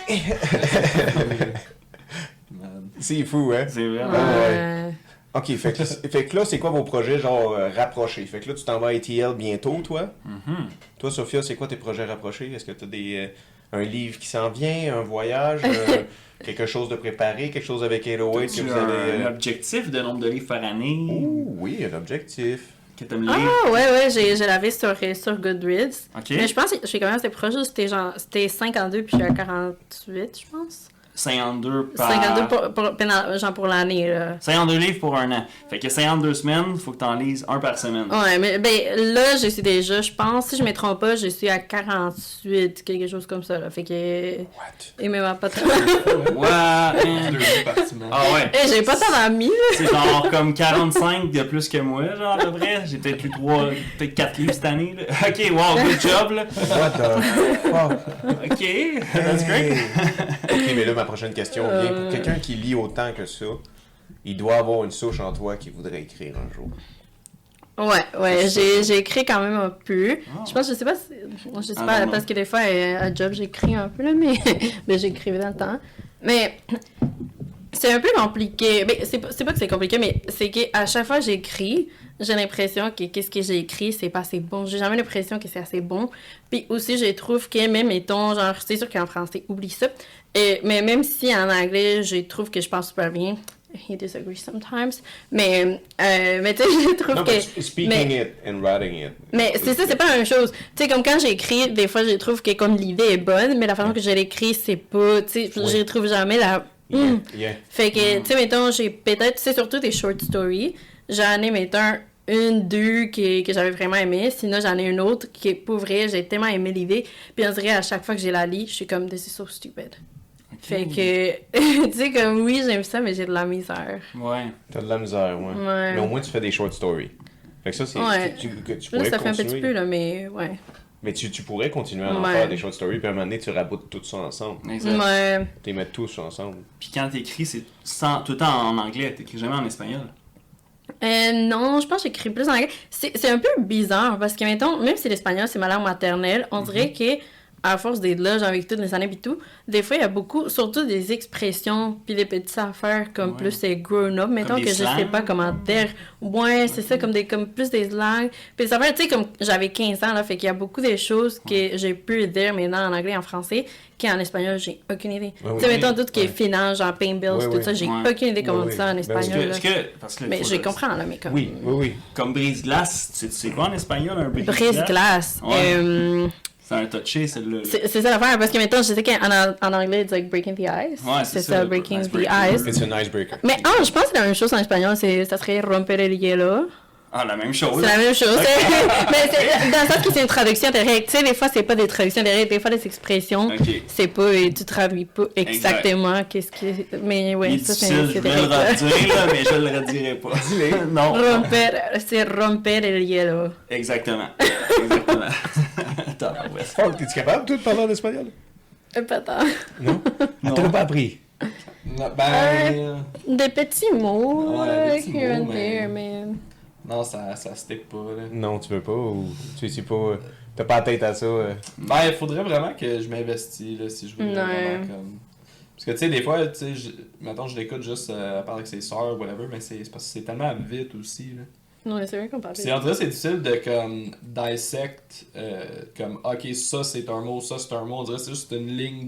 Man. C'est fou, hein? C'est vrai. Ouais. Ok, fait que là, c'est quoi vos projets, genre, rapprochés? Fait que là, tu t'en vas à ATL bientôt, toi? Mhm. Toi, Sophia, c'est quoi tes projets rapprochés? Est-ce que tu as un livre qui s'en vient, un voyage, quelque chose de préparé, quelque chose avec 808 que Tu vous as un allez... objectif de nombre de livres par année Ouh, oui, un objectif. que t'aimes lire. Ah, ouais, j'ai lavé sur Goodreads. Ok. Mais je pense que je suis quand même assez proche. C'était 52 puis je suis à 48, je pense. 52 par... 52 genre pour l'année, là. 52 livres pour un an. Fait que 52 semaines, il faut que t'en lises un par semaine. Ouais, mais ben là, je suis déjà, je pense, si je me trompe pas, je suis à 48, quelque chose comme ça, là. Fait que. What? Et même pas trop. Ouais, hein. 2 livres par semaine. Ah ouais. Eh, j'ai pas tant d'amis, là. C'est genre comme 45 de plus que moi, genre, à peu près. J'ai peut-être lu peut-être 4 livres cette année, là. Ok, wow, good job, là. What the fuck? Ok, that's great. Ok, mais là, ma prochaine question vient. Pour quelqu'un qui lit autant que ça, il doit avoir une souche en toi qu'il voudrait écrire un jour. Ouais, j'ai écrit quand même un peu. Ah. Je pense, je sais pas, Ah, non, parce que des fois, à job, j'écris un peu, là, mais, mais j'écrivais dans le temps. Mais c'est un peu compliqué. Mais c'est pas que c'est compliqué, mais c'est qu'à chaque fois que j'écris, j'ai l'impression que qu'est-ce que j'ai écrit, c'est pas assez bon. J'ai jamais l'impression que c'est assez bon. Puis aussi, je trouve que même, mettons, genre, c'est sûr qu'en français, oublie ça. Mais même si en anglais, je trouve que je pense super bien. He disagrees sometimes. Mais tu sais, je trouve Non, que... but speaking it and writing it. Mais c'est ça, c'est pas la même chose. Tu sais, comme quand j'écris, des fois, je trouve que comme l'idée est bonne, mais la façon que je l'écris, c'est pas... Tu sais, je trouve jamais la... Yeah. Fait que, tu sais, mettons, j'ai peut-être... C'est surtout des short stories. J'en ai, mettons, une, deux que j'avais vraiment aimé. Sinon, j'en ai une autre qui est pour vrai. J'ai tellement aimé l'idée. Puis on dirait, à chaque fois que je la lis, je suis comme, this is so stupid. Fait que, tu sais, comme, oui, j'aime ça, mais j'ai de la misère. Ouais. T'as de la misère, ouais. Ouais. Mais au moins, tu fais des short stories. Fait que ça, c'est... Ouais. Tu Là, pourrais ça fait un petit continuer. peu, là, mais ouais. Mais tu pourrais continuer à en Ouais. faire des short stories, puis à un moment donné, tu raboutes tout ça ensemble. Exact. Ouais. Tu les mets tous ensemble. Puis quand t'écris, c'est tout le temps en anglais. T'écris jamais en espagnol. Non, je pense que j'écris plus en anglais. C'est un peu bizarre parce que, mettons, même si l'espagnol c'est ma langue maternelle, on dirait que à force d'être là, genre avec toutes les années et tout, des fois il y a beaucoup, surtout des expressions puis des petites affaires comme Ouais. plus c'est grown up, mettons Comme que des je sais slangs? pas comment dire. Ouais, c'est ça, comme plus des langues. Puis des affaires, tu sais, comme j'avais 15 ans, là, fait qu'il y a beaucoup de choses que j'ai pu dire maintenant en anglais et en français qu'en espagnol, j'ai aucune idée. Ouais, Tu sais, oui. mettons tout ce qui est Ouais. finance, genre paying bills, Ouais, tout ouais. ça, j'ai Ouais. aucune idée comment Ouais, dire ça en ouais. Ben, espagnol. là. Parce que Mais faut je le- comprends, là, mais comme... Oui, oui, oui. Comme brise-glace, tu sais quoi en espagnol, un brise-glace? Brise-glace. Ouais. C'est un touché, celle-là. là. C'est ça l'affaire, parce que maintenant, je sais qu'en anglais, it's like breaking the ice. Ouais, c'est c'est ça, ça, breaking the icebreaker. ice. It's an icebreaker. Mais je pense que la même chose en espagnol, ça serait romper el hielo. Ah, la même chose. C'est la même chose. Mais c'est dans le sens que c'est une traduction directe. Tu sais, des fois, c'est pas des traductions directes. Des fois, les expressions, Ok. c'est pas... Tu traduis pas exactement qu'est-ce que... Mais Il ouais, est ça, difficile, je c'est vais le direct. là. redire, là, mais je le redirai pas. Non. C'est romper el hielo. Exactement. Exactement. Attends, ouais. Franck, t'es-tu capable, toi, de parler en espagnol? Pas tant. Non? Ah, t'as pas appris? Non, ben. Des petits mots, Ouais, des petits here mots, and mais- there, mais... Non, ça stick pas, là. Non, tu veux pas, ou tu sais pas... T'as pas la tête à ça? Ben, il faudrait vraiment que je m'investis, là, si je veux Ouais. vraiment comme. Parce que, tu sais, des fois, tu sais, mettons, je l'écoute juste à part avec ses sœurs, whatever, mais c'est parce que c'est tellement vite aussi, là. Ouais, c'est vrai qu'on parle. C'est, on dirait que c'est difficile de, comme, dissect, comme, ok, ça c'est un mot, ça c'est un mot, on dirait que c'est juste une ligne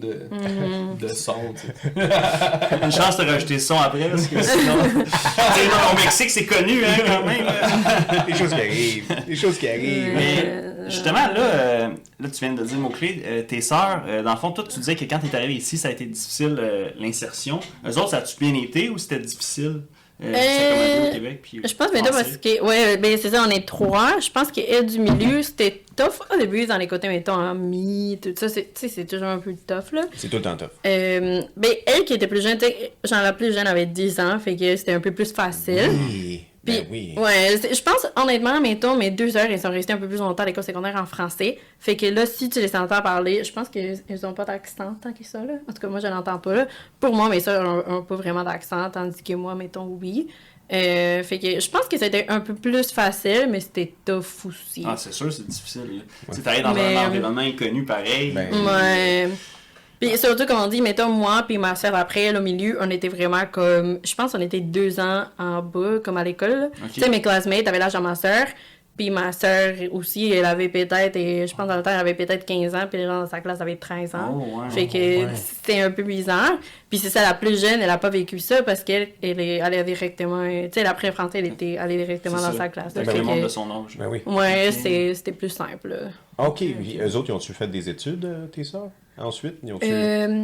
de son, tu sais. Une chance de rajouter le son après, parce que sinon. Tu sais, au Mexique, c'est connu, hein, quand même. Des choses qui arrivent. Des choses qui arrivent. Mais justement, là, tu viens de dire le mot-clé, tes sœurs, dans le fond, toi, tu disais que quand tu es arrivé ici, ça a été difficile, l'insertion. Eux autres, ça a-tu bien été ou c'était difficile? C'est comme un peu au Québec. Puis Je pense, mais là, parce que, ouais, ben c'est ça, on est trois. Je pense qu'elle du milieu, c'était tough au début dans les côtés, mettons, amis, tout ça. Tu sais, c'est toujours un peu tough, là. C'est tout le temps tough. Ben, elle qui était plus jeune, tu sais, genre la plus jeune avait 10 ans, fait que c'était un peu plus facile. Oui. Puis, Ben oui. ouais, je pense, honnêtement, mettons, mes 2 heures, elles sont restées un peu plus longtemps à l'école secondaire en français. Fait que là, si tu les entends parler, je pense qu'elles ont pas d'accent tant que ça, là. En tout cas, moi, je l'entends pas, là. Pour moi, mes soeurs ont pas vraiment d'accent, tandis que moi, mettons, oui. Fait que je pense que c'était un peu plus facile, mais c'était tough aussi. Ah, c'est sûr, c'est difficile. Tu t'arrives dans Mais, un environnement inconnu pareil. Ben, Ouais. Puis surtout, comme on dit, mettons, moi puis ma soeur après, là, au milieu, on était vraiment comme... Je pense qu'on était 2 ans en bas, comme à l'école. là. Ok. Tu sais, mes classmates avaient l'âge de ma soeur. Puis ma soeur aussi, elle avait peut-être... Et je pense dans le temps, elle avait peut-être 15 ans. Puis les gens dans sa classe avaient 13 ans. Oh, ouais. Fait que c'était un peu bizarre. Puis c'est ça, la plus jeune, elle a pas vécu ça parce qu'elle est allée directement... Tu sais, l'après français, elle était allée directement C'est dans ça. sa classe. là. Avec Fait le monde que- de son âge. Ben oui. Ouais, c'était plus simple. là. OK. Puis eux autres, ils ont-tu fait des études, tes sœurs? Ensuite? Ils ont-tu...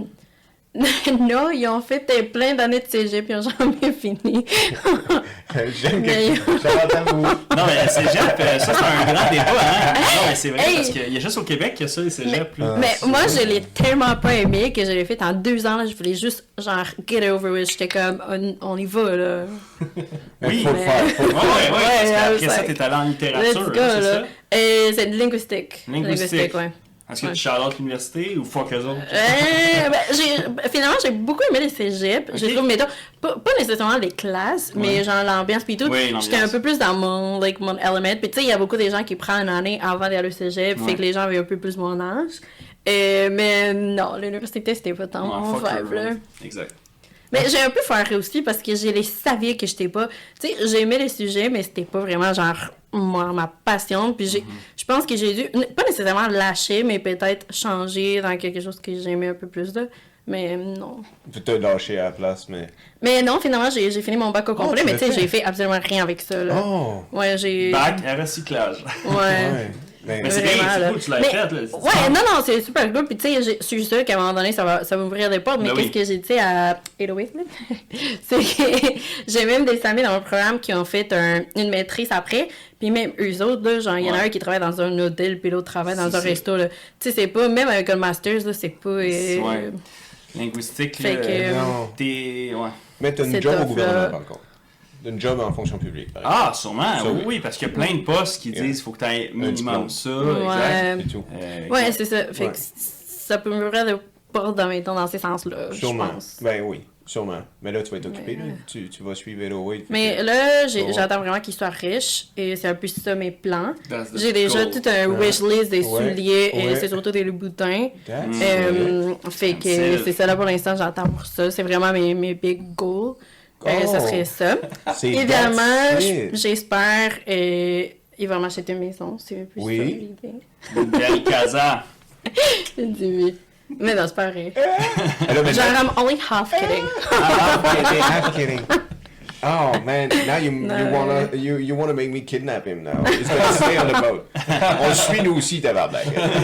Non, ils ont fait plein d'années de cégep puis ils ont jamais fini. J'aime Mais- que... Charlotte à vous. Non, mais cégep, ça, c'est un grand débat, hein? Non, mais c'est vrai, Hey! parce qu'il y a juste au Québec qu'il y a ça, les cégeps. là. Mais c'est moi, vrai. je l'ai tellement pas aimé que je l'ai fait en 2 ans. Là, je voulais juste, genre, get over it. J'étais comme, on y va, là. Oui, Faut le mais- faire. Faut le Ouais, faire. ouais, ouais. Parce Ouais, qu'après I was ça, like, t'es allé en Let's littérature, go, là, c'est là. ça? C'est linguistique. Linguistique. Ouais. Est-ce que tu charlottes l'université ou fuck eux autres? Finalement, j'ai beaucoup aimé les cégeps. Je Ok. trouve, mettons, pas nécessairement les classes, mais genre l'ambiance pis tout. Oui, l'ambiance. J'étais un peu plus dans mon element. Puis tu sais, il y a beaucoup de gens qui prennent une année avant d'aller au cégep, Ouais. fait que les gens avaient un peu plus mon âge. Mais non, l'université, c'était pas tant mon fuck vibe, eux là. autres. Exact. Mais j'ai un peu foiré aussi parce que je les savais que j'étais pas. Tu sais, j'aimais les sujets, mais c'était pas vraiment genre ma passion. Puis je pense que j'ai dû, pas nécessairement lâcher, mais peut-être changer dans quelque chose que j'aimais un peu plus là. Mais non. Tu t'as lâché à la place, mais... Mais non, finalement, j'ai fini mon bac au complet, tu mais l'as tu sais, fait? j'ai fait absolument rien avec ça, là. Oh! Ouais, j'ai. Bac à recyclage. Ouais. Ben, Mais c'est Vraiment, bien, c'est là. cool, tu l'as Mais- fait, là. Ouais, non, c'est super cool. Puis, tu sais, je suis sûre qu'à un moment donné, ça va m'ouvrir des portes. Mais Ben qu'est-ce oui. que j'ai dit à 808, là? C'est que j'ai même des amis dans mon programme qui ont fait une maîtrise après. Puis, même eux autres, là, genre, il y en a Ouais. un qui travaille dans un hôtel, puis l'autre travaille dans C'est un ça. resto, là. Tu sais, c'est pas, même avec un master's, là, c'est pas. Ouais. Linguistique, Fait là, que- non. t'es... Ouais. Mais t'as C'est une job au tough, gouvernement, là. par contre. T'as une job en fonction publique, par exemple. Ah, sûrement, Ça, oui, oui. oui, parce qu'il y a plein de postes qui Yeah. disent qu'il faut que tu aies diplôme. minimum ça, exact. Ouais. C'est tout. Ouais, exact. c'est ça. Fait Ouais. que ça peut m'ouvrir des portes dans ces sens-là, je Sûrement. pense. Ben oui, sûrement. Mais là, tu vas être occupé, Mais- là. Tu vas suivre Hello Wait. Mais là, Ça va. j'attends vraiment qu'il soit riche et c'est un peu ça mes plans. That's the J'ai déjà goal. tout un wish list des Ouais, souliers et ouais. c'est surtout des Louboutins. That's Fait que Facile. c'est ça là pour l'instant, j'attends pour ça. C'est vraiment mes big goals. Ça serait ça. C'est Évidemment, that's it. j'espère il va m'acheter une maison. C'est un peu Oui. ça l'idée. Une belle casa. Je dis oui. Mais non, c'est pas vrai. Alors, mais Genre, I'm only half kidding. I'm kidding. Oh man, now you No. wanna make me kidnap him now. He's gonna stay on the boat. On le suit nous aussi, tabarnak.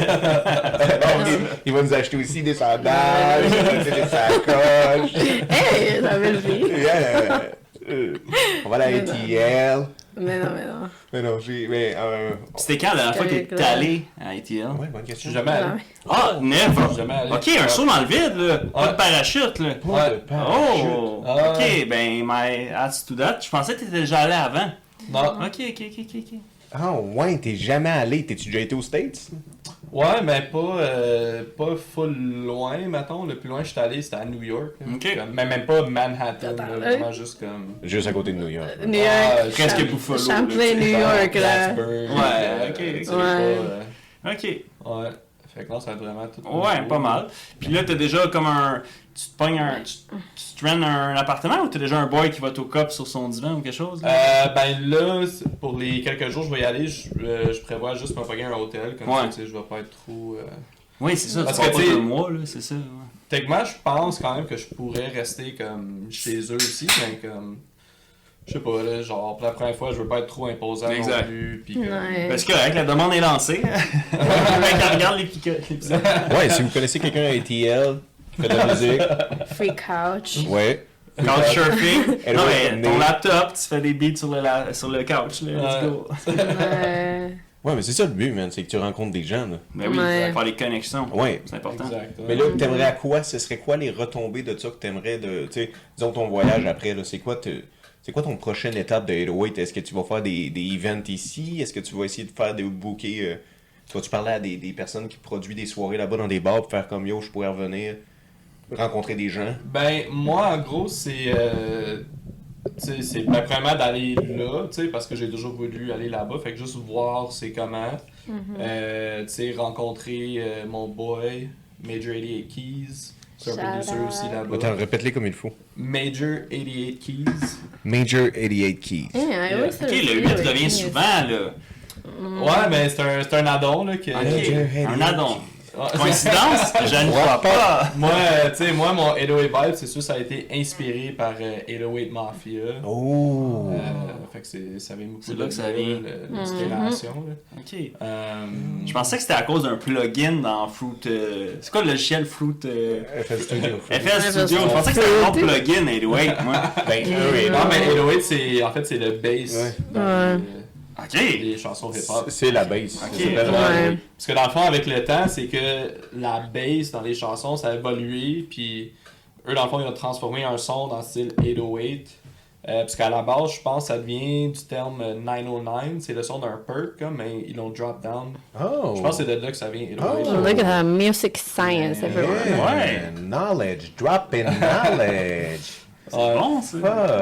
Il va nous acheter aussi des sandales, il va nous acheter des sacoches. Hey, la belle vie. Yeah. On va à la ATL. Mais non. Mais non, C'était quand la dernière fois que t'es allé à ATL? Ouais, bonne Je suis question. jamais allé. Ah, Je never! suis jamais allé. Ok, un saut dans le vide, là. Pas de parachute, là. Pas de parachute. Oh! Ah. Ok, ben, my hats to that. Je pensais que t'étais déjà allé avant. Non. Ok. Ah ouais, t'es jamais allé. T'es-tu déjà été aux States? Ouais, mais pas full loin, mettons. Le plus loin que je suis allé, c'était à New York. Là. Ok. Mais même pas Manhattan, là, Attends, vraiment juste comme... Juste à côté de New York. New Ah, York. presque Cham- Buffalo, Champlain, New York, là. Plattsburgh, Ouais, ok, c'est ok. pas, Ok. ouais. Fait que non, ça va être vraiment tout... Ouais, pas mal. Puis là, t'as déjà comme un. Tu te pognes un. Tu te rentes un appartement ou t'as déjà un boy qui va au cop sur son divan ou quelque chose? Là? Ben là, pour les quelques jours je vais y aller, je prévois juste me payer un hôtel, comme Ouais. ça, tu sais, je vais pas être trop... Oui, c'est ça. Parce tu pars que, pas tu sais- 2 mois, là, c'est ça. Ouais. Techniquement, je pense quand même que je pourrais rester comme chez eux aussi, mais comme... Je sais pas, là, genre, pour la première fois, je veux pas être trop imposant Exact. non plus, pis comme... Ouais. Parce que la demande est lancée. Quand on regarde l'épisode. Ouais, si vous connaissez quelqu'un à ATL qui fait de la musique, Free couch. ouais. Couchsurfing. Elle Non, va mais être ton née. laptop, tu fais des beats sur le couch, là. Let's go. Ouais. Ouais, mais c'est ça le but, man, c'est que tu rencontres des gens, là. Ben oui, Ouais. faire les connexions. Ouais. C'est important. Exact. Mais là, t'aimerais à quoi? Ce serait quoi les retombées de ça que t'aimerais de... Tu sais, disons ton voyage après, là, c'est quoi ton prochaine étape de 808? Est-ce que tu vas faire des events ici? Est-ce que tu vas essayer de faire des bookings? Tu parler à des personnes qui produisent des soirées là-bas dans des bars pour faire comme yo, je pourrais revenir, rencontrer des gens? Ben, moi, en gros, c'est premièrement d'aller là, tu sais, parce que j'ai toujours voulu aller là-bas, fait que juste voir c'est comment, tu sais, rencontrer mon boy, Major 88 Keys, c'est un Shout producer out. aussi là-bas. Attends, répète-les comme il faut. Major 88 Keys. Major 88 Keys. Eh, ouais, ça, Ok, aussi, le 8 ouais, revient yes. souvent, là. Ouais, mais c'est un add-on, là, que... Ok, un addon. Ouais. Coïncidence? Je ne crois pas. Moi, tu sais, mon 808 Vibe, c'est sûr, ça a été inspiré par 808 Mafia. Oh! Fait que ça vient beaucoup C'est de là que ça vient. l'inspiration. là. Ok. Je Je pensais que c'était à cause d'un plugin dans Fruit. C'est quoi le logiciel Fruit? FL Studio. FL Studio. Je pensais que c'était un bon plugin, anyway, moi. Ben, oui, Non, mais 808, c'est le bass Ouais. dans Ok. les chansons hip-hop. c'est la base. Ok. Ça s'appelle la Ouais. base. Parce que dans le fond, avec le temps, c'est que la bass dans les chansons, ça a évolué, puis eux, dans le fond, ils ont transformé un son dans le style 808. Parce qu'à la base, je pense que ça vient du terme 909, c'est le son d'un perk, comme, mais ils l'ont drop down. Oh! Je pense que c'est de là que ça vient, 808. Oh. Look at that music science Yeah. everywhere. Ouais. Knowledge, drop in knowledge. C'est Ouais. bon, ça.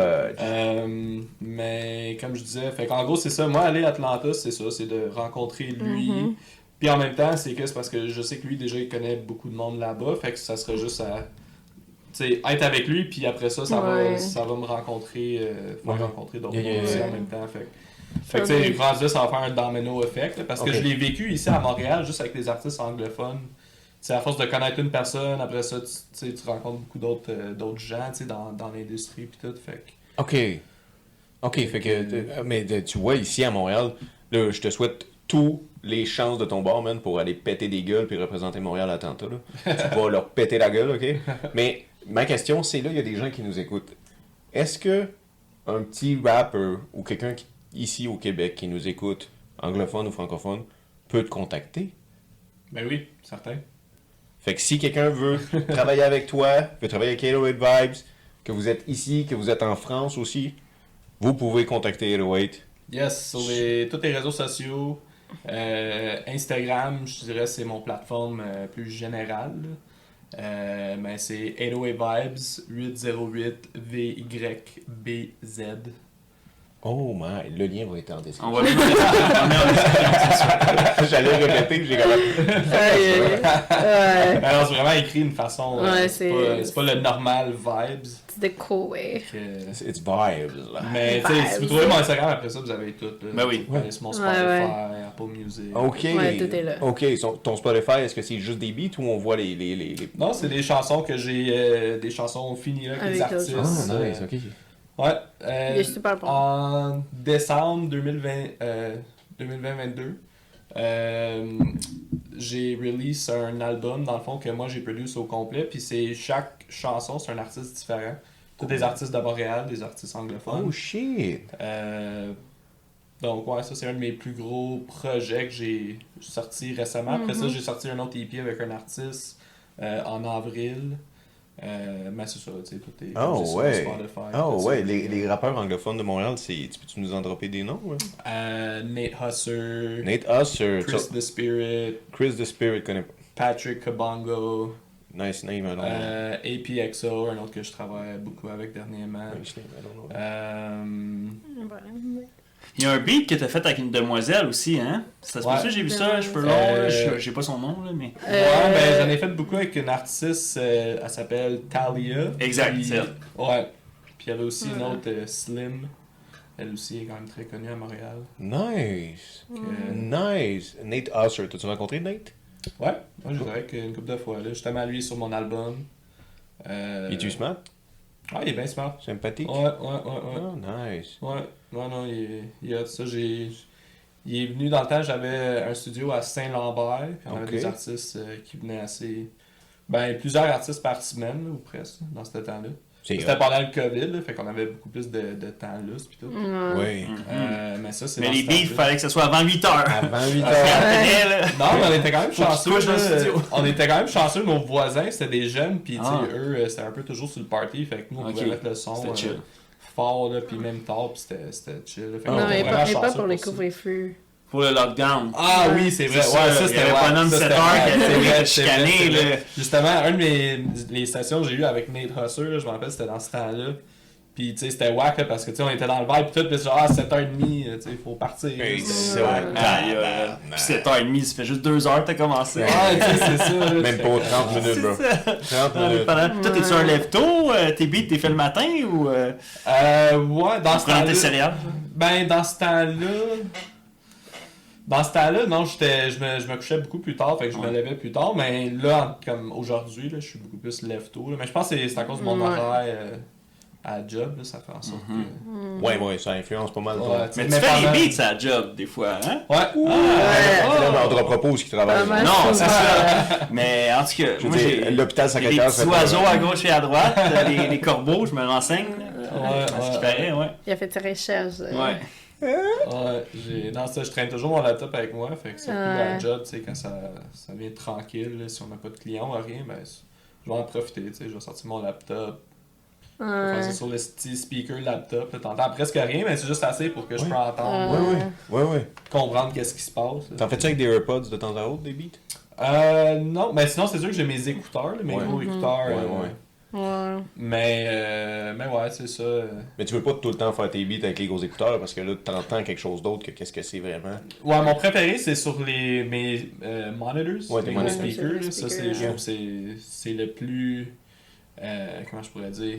Fudge. Mais comme je disais, fait qu'en gros, c'est ça. Moi, aller à Atlanta, c'est ça, c'est de rencontrer lui. Puis en même temps, c'est parce que je sais que lui, déjà, il connaît beaucoup de monde là-bas. Fait que ça serait juste à tu sais, être avec lui, puis après ça, ça va me rencontrer, rencontrer d'autres gens aussi en même temps. Fait que tu sais, rendu là, ça va faire un domino effect. Là, parce que je l'ai vécu ici à Montréal, juste avec des artistes anglophones. C'est à force de connaître une personne, après ça, tu rencontres beaucoup d'autres gens dans l'industrie puis tout. Fait que... OK, fait que, mais tu vois, ici à Montréal, là, je te souhaite tous les chances de ton bord, man, pour aller péter des gueules puis représenter Montréal à Atlanta, là. Tu vas leur péter la gueule, OK? Mais ma question, c'est là, il y a des gens qui nous écoutent. Est-ce que un petit rapper ou quelqu'un ici au Québec qui nous écoute, anglophone ou francophone, peut te contacter? Ben oui, certain. Fait que si quelqu'un veut travailler avec toi, veut travailler avec 808 Vibes, que vous êtes ici, que vous êtes en France aussi, vous pouvez contacter 808. Yes, sur tous les réseaux sociaux. Instagram, je dirais, c'est mon plateforme plus générale. Mais c'est 808 Vibes, 808 VYBZ. Oh my, le lien va être en description. On va le mettre. J'allais répéter, j'ai quand même... Alors, c'est vraiment écrit d'une façon. Ouais, c'est pas le normal Vibes. C'est the cool way. It's vibes, là. Mais tu sais, si vous trouvez mon Instagram après ça, vous avez tout. Là. Ben oui. Sur mon Spotify, Apple Music. OK. Ouais, tout est là. OK, ton Spotify, est-ce que c'est juste des beats ou on voit les... Non, c'est des chansons que j'ai. Des chansons finies là, avec des Avec d'autres artistes. Ah, nice, OK. Ouais. Il est super bon. En décembre 2022, j'ai release un album, dans le fond, que moi j'ai produit au complet. Puis chaque chanson, c'est un artiste différent. Tous des artistes de Montréal, des artistes anglophones. Oh, shit! Donc, ouais, ça, c'est un de mes plus gros projets que j'ai sorti récemment. Après ça, j'ai sorti un autre EP avec un artiste en avril. Mais c'est ça, tu sais, tout est Oh sur ouais. Spotify. Oh tout ça. ouais, les rappeurs anglophones de Montréal, tu peux-tu nous en dropper des noms? Ouais? Nate Husser, Nate Husser, Chris the Spirit, Chris the Spirit, connais pas. Patrick Kabongo, Nice name, I don't know. APXO, un autre que je travaille beaucoup avec dernièrement. Nice name, I don't know. Il y a un beat que t'as fait avec une demoiselle aussi, hein? Ça se Ouais. peut ça, j'ai vu ça, cheveux longs, là, j'ai pas son nom, là, mais... Ouais, ben j'en ai fait beaucoup avec une artiste, elle s'appelle Talia. Exact, Puis- c'est elle. Ouais. Puis il y avait aussi une autre, Slim. Elle aussi est quand même très connue à Montréal. Nice. Que- Nice. Nate Husser, t'as-tu rencontré Nate? Ouais, moi je dirais qu'une couple de fois, là. Justement, lui sur mon album. Es-tu smart? Ouais, il est bien smart. Sympathique? Ouais. Oh, nice. Ouais, non, il a ça. Il est venu dans le temps, j'avais un studio à Saint-Lambert. Puis on Ok. avait des artistes qui venaient assez. Ben, plusieurs artistes par semaine, là, ou presque, dans ce temps-là. C'est C'était pendant le COVID, là, fait qu'on avait beaucoup plus de temps lousse pis tout. Oui. Mais ça, c'est Mais dans les ce beats, il temps-là. fallait que ce soit avant 8h. Avant 8 Après, heures. là. Non, mais on était quand même Faut qu'ils chanceux. couchent dans le là. studio. On était quand même chanceux, nos voisins, c'était des jeunes, pis tu sais, Ah. eux, c'était un peu toujours sur le party, fait que nous, on Ok. pouvait mettre le son C'était chill. fort, là, pis même tard, pis c'était chill. Là. Fait qu'on Non, était mais vraiment pas chanceux pour les ça. couvre-feu. Pour le lockdown. Ah oui, c'est vrai. C'est Ouais, ça, ça il y c'était avait pas un homme ça, 7 c'était heures vrai, qui c'est allait vrai, te c'est vrai, chicaner, c'est vrai. là. Justement, un de les stations que j'ai eu avec Nate Husser, là, je me rappelle, c'était dans ce temps-là. Puis, tu sais, c'était wack, là, parce que, tu sais, on était dans le vibe, pis tout, pis genre, 7h30, tu sais, il faut partir. Hey, là, c'est ouais. vrai. Puis 7h30, ça fait juste 2 heures que t'as commencé. Ouais, tu sais, c'est ça. là, Même fait pas que- 30 minutes, bro. 30 minutes. Toi, t'es-tu un lève-tôt? Tes beats, t'es fait le matin ou Ouais, dans ce prends tes temps-là. céréales? Ben, dans ce temps-là, non, je me couchais beaucoup plus tard, fait que je me levais plus tard, mais là, comme aujourd'hui, là, je suis beaucoup plus lève-tôt, là. Mais je pense que c'est à cause de mon Ouais. horaire à la job, là, ça fait en sorte que... Ouais, ça influence pas mal. Ouais, Mais tu tu sais, fais pendant- les beats à la job, des fois, hein? Ouais. Là, mais on droppera pas où ils travaillent. Pas mal. Non, c'est Ouais. ça. Mais en tout cas, Je veux moi, dire, j'ai l'hôpital j'ai des Sacré-Cœur petits fait oiseaux pas- à gauche et à droite, les corbeaux, je me renseigne. Ouais, À ce qui ouais. paraît, ouais. Il a fait ses recherches. Ouais. Ouais, dans ça, je traîne toujours mon laptop avec moi, fait que surtout à la Ouais. job, tu sais, quand ça vient tranquille, là, si on n'a pas de clients ou rien, ben, je vais en profiter, tu sais, je vais sortir mon laptop, je vais Ouais. faire ça sur le petit speaker laptop, là, t'entends presque rien, mais c'est juste assez pour que je Ouais. puisse entendre, Ouais. comprendre qu'est-ce qui se passe. là. T'en fais-tu avec des AirPods de temps à autre, des beats? Non, mais sinon, c'est sûr que j'ai mes écouteurs, là, mes Ouais. gros écouteurs, Ouais. Ouais. mais ouais, c'est ça. Mais tu veux pas tout le temps faire tes beats avec les gros écouteurs parce que là, t'entends quelque chose d'autre que qu'est-ce que c'est vraiment. Ouais, mon préféré, c'est sur mes monitors, Ouais, tes mes monitors. speakers. Ouais, Là, les ça, speakers, je trouve que c'est le plus... comment je pourrais dire?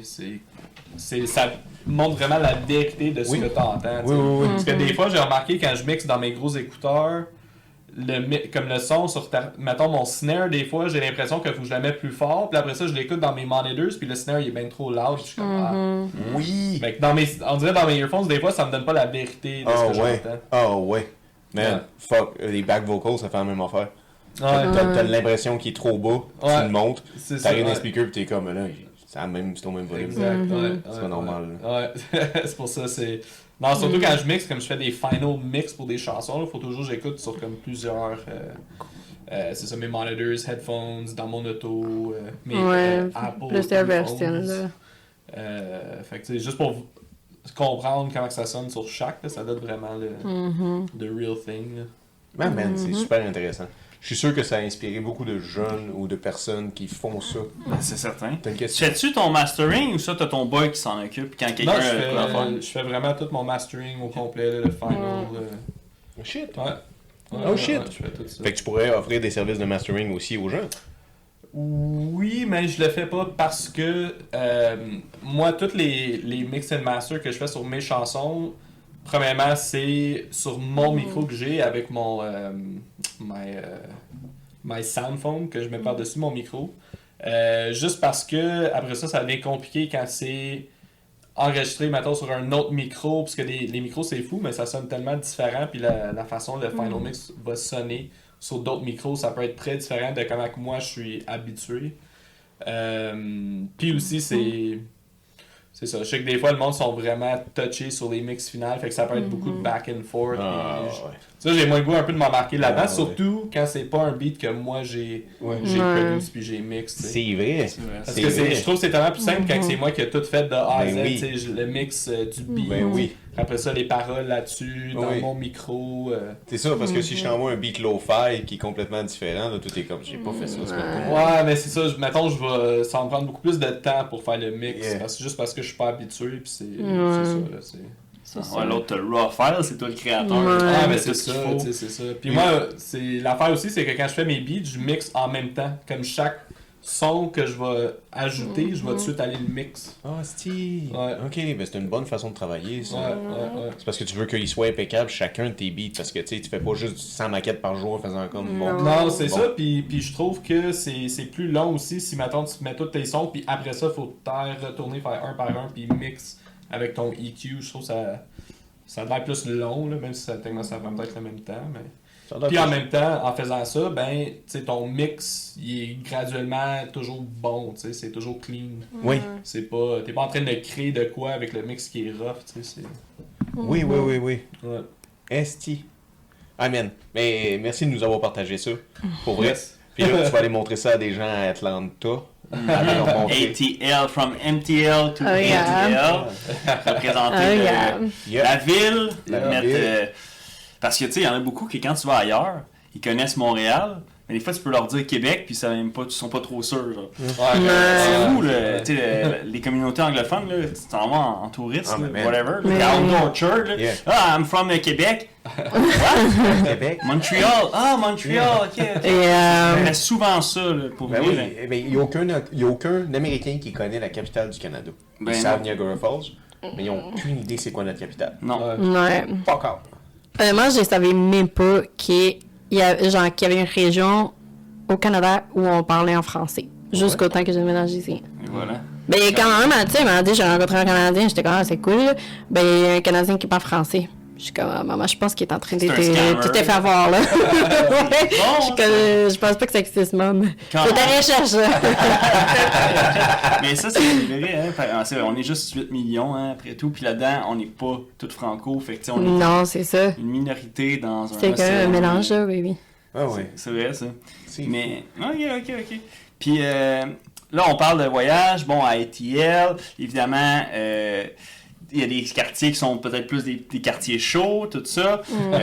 Ça montre vraiment la vérité de ce Oui. que tu entends. Oui. Parce que des fois, j'ai remarqué quand je mixe dans mes gros écouteurs, comme le son sur mettons mon snare, des fois j'ai l'impression qu'il faut que je la mette plus fort, puis après ça je l'écoute dans mes monitors, puis le snare il est bien trop loud, je suis comme ah. Oui! Fait que on dirait dans mes earphones, des fois ça me donne pas la vérité de ce Ah que ouais. j'entends. Ah ouais. Man, Ouais. fuck, les back vocals, ça fait la même affaire. Ouais, T'as l'impression qu'il est trop bas, tu Ouais. le montes, c'est ça. t'arrives dans Ouais. le speaker pis t'es comme là, c'est au même volume. Exact, ouais, C'est ouais, pas normal, Ouais, c'est pour ça, c'est... Non, surtout quand je mixe, comme je fais des final mix pour des chansons, il faut toujours que j'écoute sur comme plusieurs... c'est ça, mes monitors, headphones, dans mon auto, mes Ouais. Apple Plusieurs earphones. versions, là. Fait que tu sais, juste pour comprendre comment que ça sonne sur chaque, là, ça donne vraiment le real thing. Là. Man, c'est super intéressant. Je suis sûr que ça a inspiré beaucoup de jeunes ou de personnes qui font ça. Ben, c'est certain. T'as une question? Fais-tu ton mastering ou ça, t'as ton boy qui s'en occupe quand quelqu'un Non, peut en faire? je fais vraiment tout mon mastering au complet, là, le final. Shit! Ouais. Oh, shit. je fais tout ça. Fait que tu pourrais offrir des services de mastering aussi aux gens. Oui, mais je le fais pas parce que moi, toutes les mix and master que je fais sur mes chansons, premièrement, c'est sur mon micro que j'ai avec mon my soundphone que je mets par-dessus mon micro. Juste parce que après ça devient compliqué quand c'est enregistré, mettons, sur un autre micro, parce que les micros c'est fou, mais ça sonne tellement différent, puis la façon le final mix va sonner sur d'autres micros, ça peut être très différent de comment que moi je suis habitué. Puis aussi, c'est ça. Je sais que des fois, le monde sont vraiment touchés sur les mix finales, fait que ça peut être beaucoup de back and forth. Ça, j'ai moins le goût un peu de m'embarquer là-dedans, surtout quand c'est pas un beat que moi j'ai produit puis j'ai mix. C'est vrai. Parce que je trouve que c'est tellement plus simple quand c'est moi qui ai tout fait de A à Z, le mix du beat. Après ça, les paroles là-dessus, dans mon micro. C'est ça, parce que si je t'envoie un beat lo-fi qui est complètement différent, là, tout est comme, j'ai pas fait ça, c'est pas pour moi. Ouais, mais c'est ça, mettons, ça va me prendre beaucoup plus de temps pour faire le mix, juste parce que je suis pas habitué, puis c'est ça, là, Ouais, l'autre, raw file, c'est toi le créateur. Ah, mais c'est ça, c'est ça. Puis moi, l'affaire aussi, c'est que quand je fais mes beats, je mixe en même temps. Comme chaque son que je vais ajouter, je vais tout de suite aller le mix. Ah, Steve! Ok, ben c'est une bonne façon de travailler, ça. Ouais. C'est parce que tu veux qu'ils soient impeccables chacun de tes beats, parce que tu fais pas juste 100 maquettes par jour en faisant comme bon. Non, c'est ça, puis je trouve que c'est plus long aussi si maintenant tu mets tous tes sons, puis après ça, faut retourner faire un par un, puis mix avec ton EQ. Je trouve que ça a l'air plus long, là, même si ça prend peut-être le même temps, mais... Puis en même temps, en faisant ça, ben, ton mix, il est graduellement toujours bon, c'est toujours clean. Oui. T'es pas en train de créer de quoi avec le mix qui est rough, c'est... Oui. Ouais. Esti. Amen. Mais merci de nous avoir partagé ça. Pour vrai. Puis là, tu vas aller montrer ça à des gens à Atlanta. ATL, from MTL to ATL. Représenter la ville. Parce que tu sais, il y en a beaucoup qui, quand tu vas ailleurs, ils connaissent Montréal, mais des fois tu peux leur dire Québec, puis ils sont pas trop sûrs. Genre. C'est fou, les communautés anglophones, là, tu t'en vas en touriste, whatever. Outdoor church, I'm from Québec. What? Québec. Montréal. Montréal, ok. Il y a souvent ça, là, pour ben venir. Oui, mais il n'y a aucun Américain qui connaît la capitale du Canada. Ils savent Niagara Falls, mais ils n'ont aucune idée c'est quoi notre capitale. Non. Ouais. Fuck off. Moi, je savais même pas qu'il y avait une région au Canada où on parlait en français. Jusqu'au temps que j'ai déménagé ici. Et voilà. Ben, quand même, tu sais, il m'a dit, j'ai rencontré un Canadien, j'étais comme, c'est cool. Ben, il y a un Canadien qui parle français. Je suis comme, maman, je pense qu'il est en train de tout fait avoir, là. Je pense pas que ça existe, maman. C'est ta recherche, Mais ça, c'est vrai, hein. On est juste 8 millions, hein, après tout. Puis là-dedans, on n'est pas tout franco. Fait que, on est non, c'est ça. une minorité dans un c'est quand même un mélange, là, baby. Ah oui. C'est vrai, ça. Mais, ok. Puis là, on parle de voyage. Bon, à ATL, évidemment... il y a des quartiers qui sont peut-être plus des quartiers chauds, tout ça.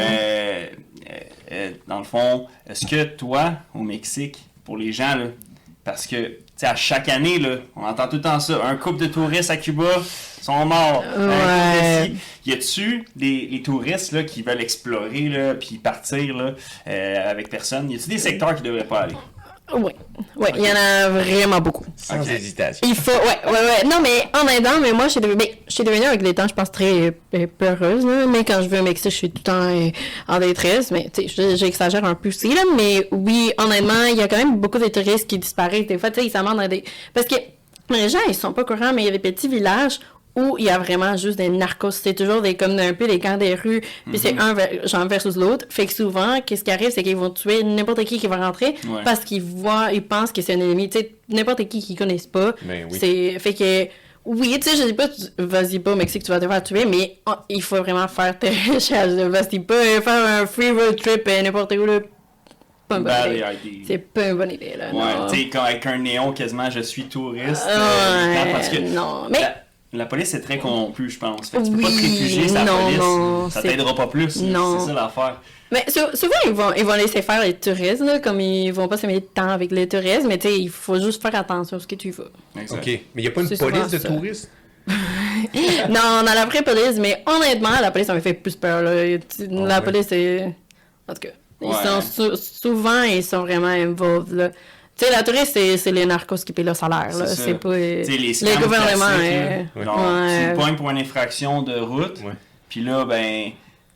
Dans le fond, est-ce que toi, au Mexique, pour les gens, là, parce que, tu sais, à chaque année, là, on entend tout le temps ça, un couple de touristes à Cuba sont morts. Ouais. Y a-tu les touristes là, qui veulent explorer, là, puis partir là, avec personne? Y a-tu des secteurs qui devraient pas aller? Oui, il y en a vraiment beaucoup. Sans hésitation. Il faut, ouais. Non, mais en aidant, mais moi, je suis devenue avec les temps, je pense, très peureuse, là. Mais quand je vais au Mexique, je suis tout le temps en détresse. Mais, tu sais, j'exagère un peu aussi, là. Mais oui, honnêtement, il y a quand même beaucoup de touristes qui disparaissent. Des fois, tu sais, ils s'amènent dans des... Parce que les gens, ils sont pas courants, mais il y a des petits villages où il y a vraiment juste des narcos. C'est toujours comme un peu les camps des rues, puis c'est un genre versus l'autre. Fait que souvent, qu'est-ce qui arrive, c'est qu'ils vont tuer n'importe qui va rentrer parce qu'ils pensent que c'est un ennemi. Tu sais, n'importe qui connaissent pas. Mais oui. Fait que, oui, tu sais, je dis pas, vas-y pas au Mexique, tu vas te faire tuer, mais il faut vraiment faire tes recherches. Vas-y pas faire un free road trip n'importe où, là. Pas une bonne idée. C'est pas une bonne idée, là. Ouais, tu sais, avec un néon quasiment, je suis touriste. Parce que non, mais... La police est très corrompue, je pense. Fait que tu peux pas te réfugier sur la police. Ça t'aidera pas plus. C'est ça l'affaire. Mais souvent, ils vont laisser faire les touristes, là, comme ils vont pas se mettre de temps avec les touristes, mais tu sais, il faut juste faire attention à ce que tu vas. Exact. OK. Mais il n'y a pas une police de touristes? Non, on a la vraie police, mais honnêtement, la police, ça me fait plus peur, là. La police, c'est... En tout cas, ils sont souvent, ils sont vraiment involved, là. Tu sais, la touriste, c'est les narcos qui paient le salaire, là. C'est pas... les gouvernements, tu te pognes pour une infraction de route, puis là, ben...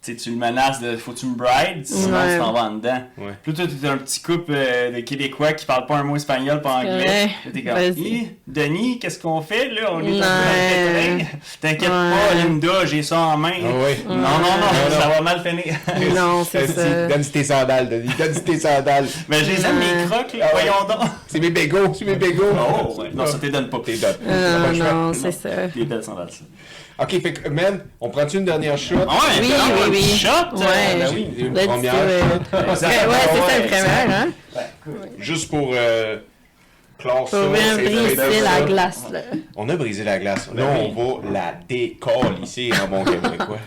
tu le menaces de faut que tu me brides, sinon Ouais. tu t'en vas en dedans. Ouais. Puis là, toi, t'es un petit couple de Québécois qui parlent pas un mot espagnol, pas anglais. Ouais. Là, t'es comme, Vas-y. Denis, qu'est-ce qu'on fait là? On est Ouais. un peu dans le pétrin. T'inquiète pas, Linda, j'ai ça en main. Ah ouais. Non, non, ça non. va mal finir. Non, c'est ça. Donne tes sandales, Denis. Donne tes sandales. Mais je les aime, mes crocs, là, Ah ouais. voyons donc. C'est mes bégos. C'est mes bégos. Oh, ouais. Non, ça t'es donne pas. T'es donne. Non, c'est ça. Des belles sandales, ça. Ok, fait que, man, on prend-tu une dernière shot? Ah ouais, Oui, non, oui, un oui. petit shot. Ouais. Ben oui. Une Let's première do it. shot. Ouais, c'est une première, hein? Juste pour clore ça. Faut bien c'est briser vrai, la ça. glace, là. On a brisé la glace. Là, Ben oui. on va la décoller ici en bon québécois.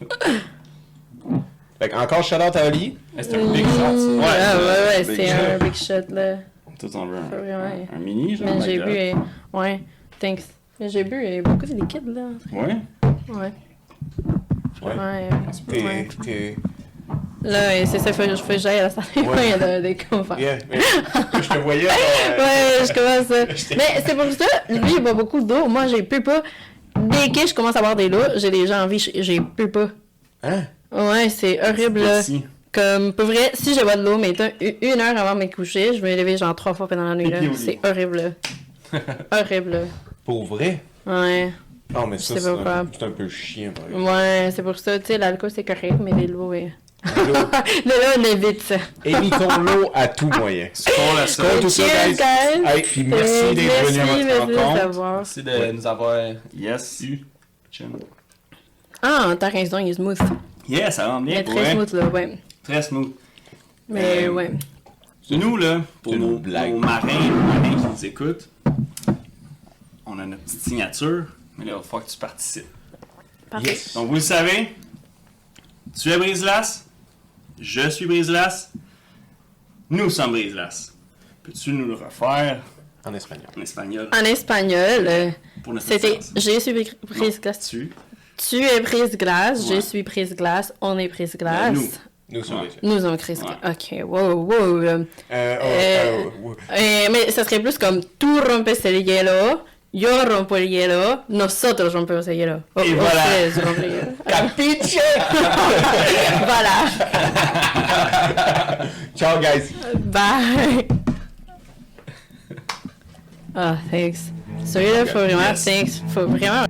Fait que encore shout-out à Oli. C'est un big shot, ça. Ouais, big c'est shot. un big shot, là. Tout en veut Faut vraiment. un mini, genre. Mais j'ai like bu, ouais, thanks. Mais j'ai bu beaucoup de liquide, là. that. Ouais. Ouais. Ouais. Ouais. Ouais. T'es. Là, c'est ça, faut que j'aille à la salle de Ouais. bain de confort. Yeah, mais je te voyais. Ouais, je commence ça. Mais c'est pour ça, lui, il boit beaucoup d'eau. Moi, j'ai plus pas. Dès que je commence à boire des lots, j'ai déjà envie, j'ai plus pas. Hein? Ouais, c'est horrible, là. Petit. Comme, pour vrai, si je bois de l'eau, mais une heure avant de me coucher, je me lève genre 3 fois pendant la nuit, là. Pipi au lit. C'est horrible, là. Horrible, là. Pour vrai? Ouais. Non, mais ça, Je sais c'est pas un, quoi. c'est un peu chiant. par exemple. Ouais, c'est pour ça, tu sais, l'alcool, c'est correct, mais les lots, ouais. L'eau. Là, on évite ça. Évitons l'eau à tout moyen. Skål à ça. Skål, tout ça, Cheers, guys. guys. Hey, puis merci d'être venu à Merci votre de rencontre. savoir. Merci de nous avoir Yes. eu. Chin. Ah, t'as raison, il est smooth. Yeah, ça va Il bien. est pour très vrai. smooth, là, ouais. Très smooth. Mais ouais. Nous, là, pour C'est nos, une blague. nos marins qui nous écoutent, on a notre petite signature, mais là, il va falloir que tu participes. Parfait. Yes. Donc, vous le savez, tu es Brise-Glace, je suis Brise-Glace, nous sommes Brise-Glace. Peux-tu nous le refaire En espagnol. en espagnol En espagnol, pour notre c'était séance? je suis prise glace. Tu. Tu es prise glace, Ouais. je suis prise glace, on est prise Ben, glace. nous. Nous sommes Ouais. ici. Nous sommes prise Ouais. glace. Ok, wow, wow. Mais ça serait plus comme tu rompes el hielo, yo rompo el hielo, nosotros rompemos el hielo. Et voilà. Ustedes rompen el hielo. Capiche! Voilà. Ciao, guys. Bye. Ah, thanks. Celui-là, faut vraiment, Yes. thanks. Faut vraiment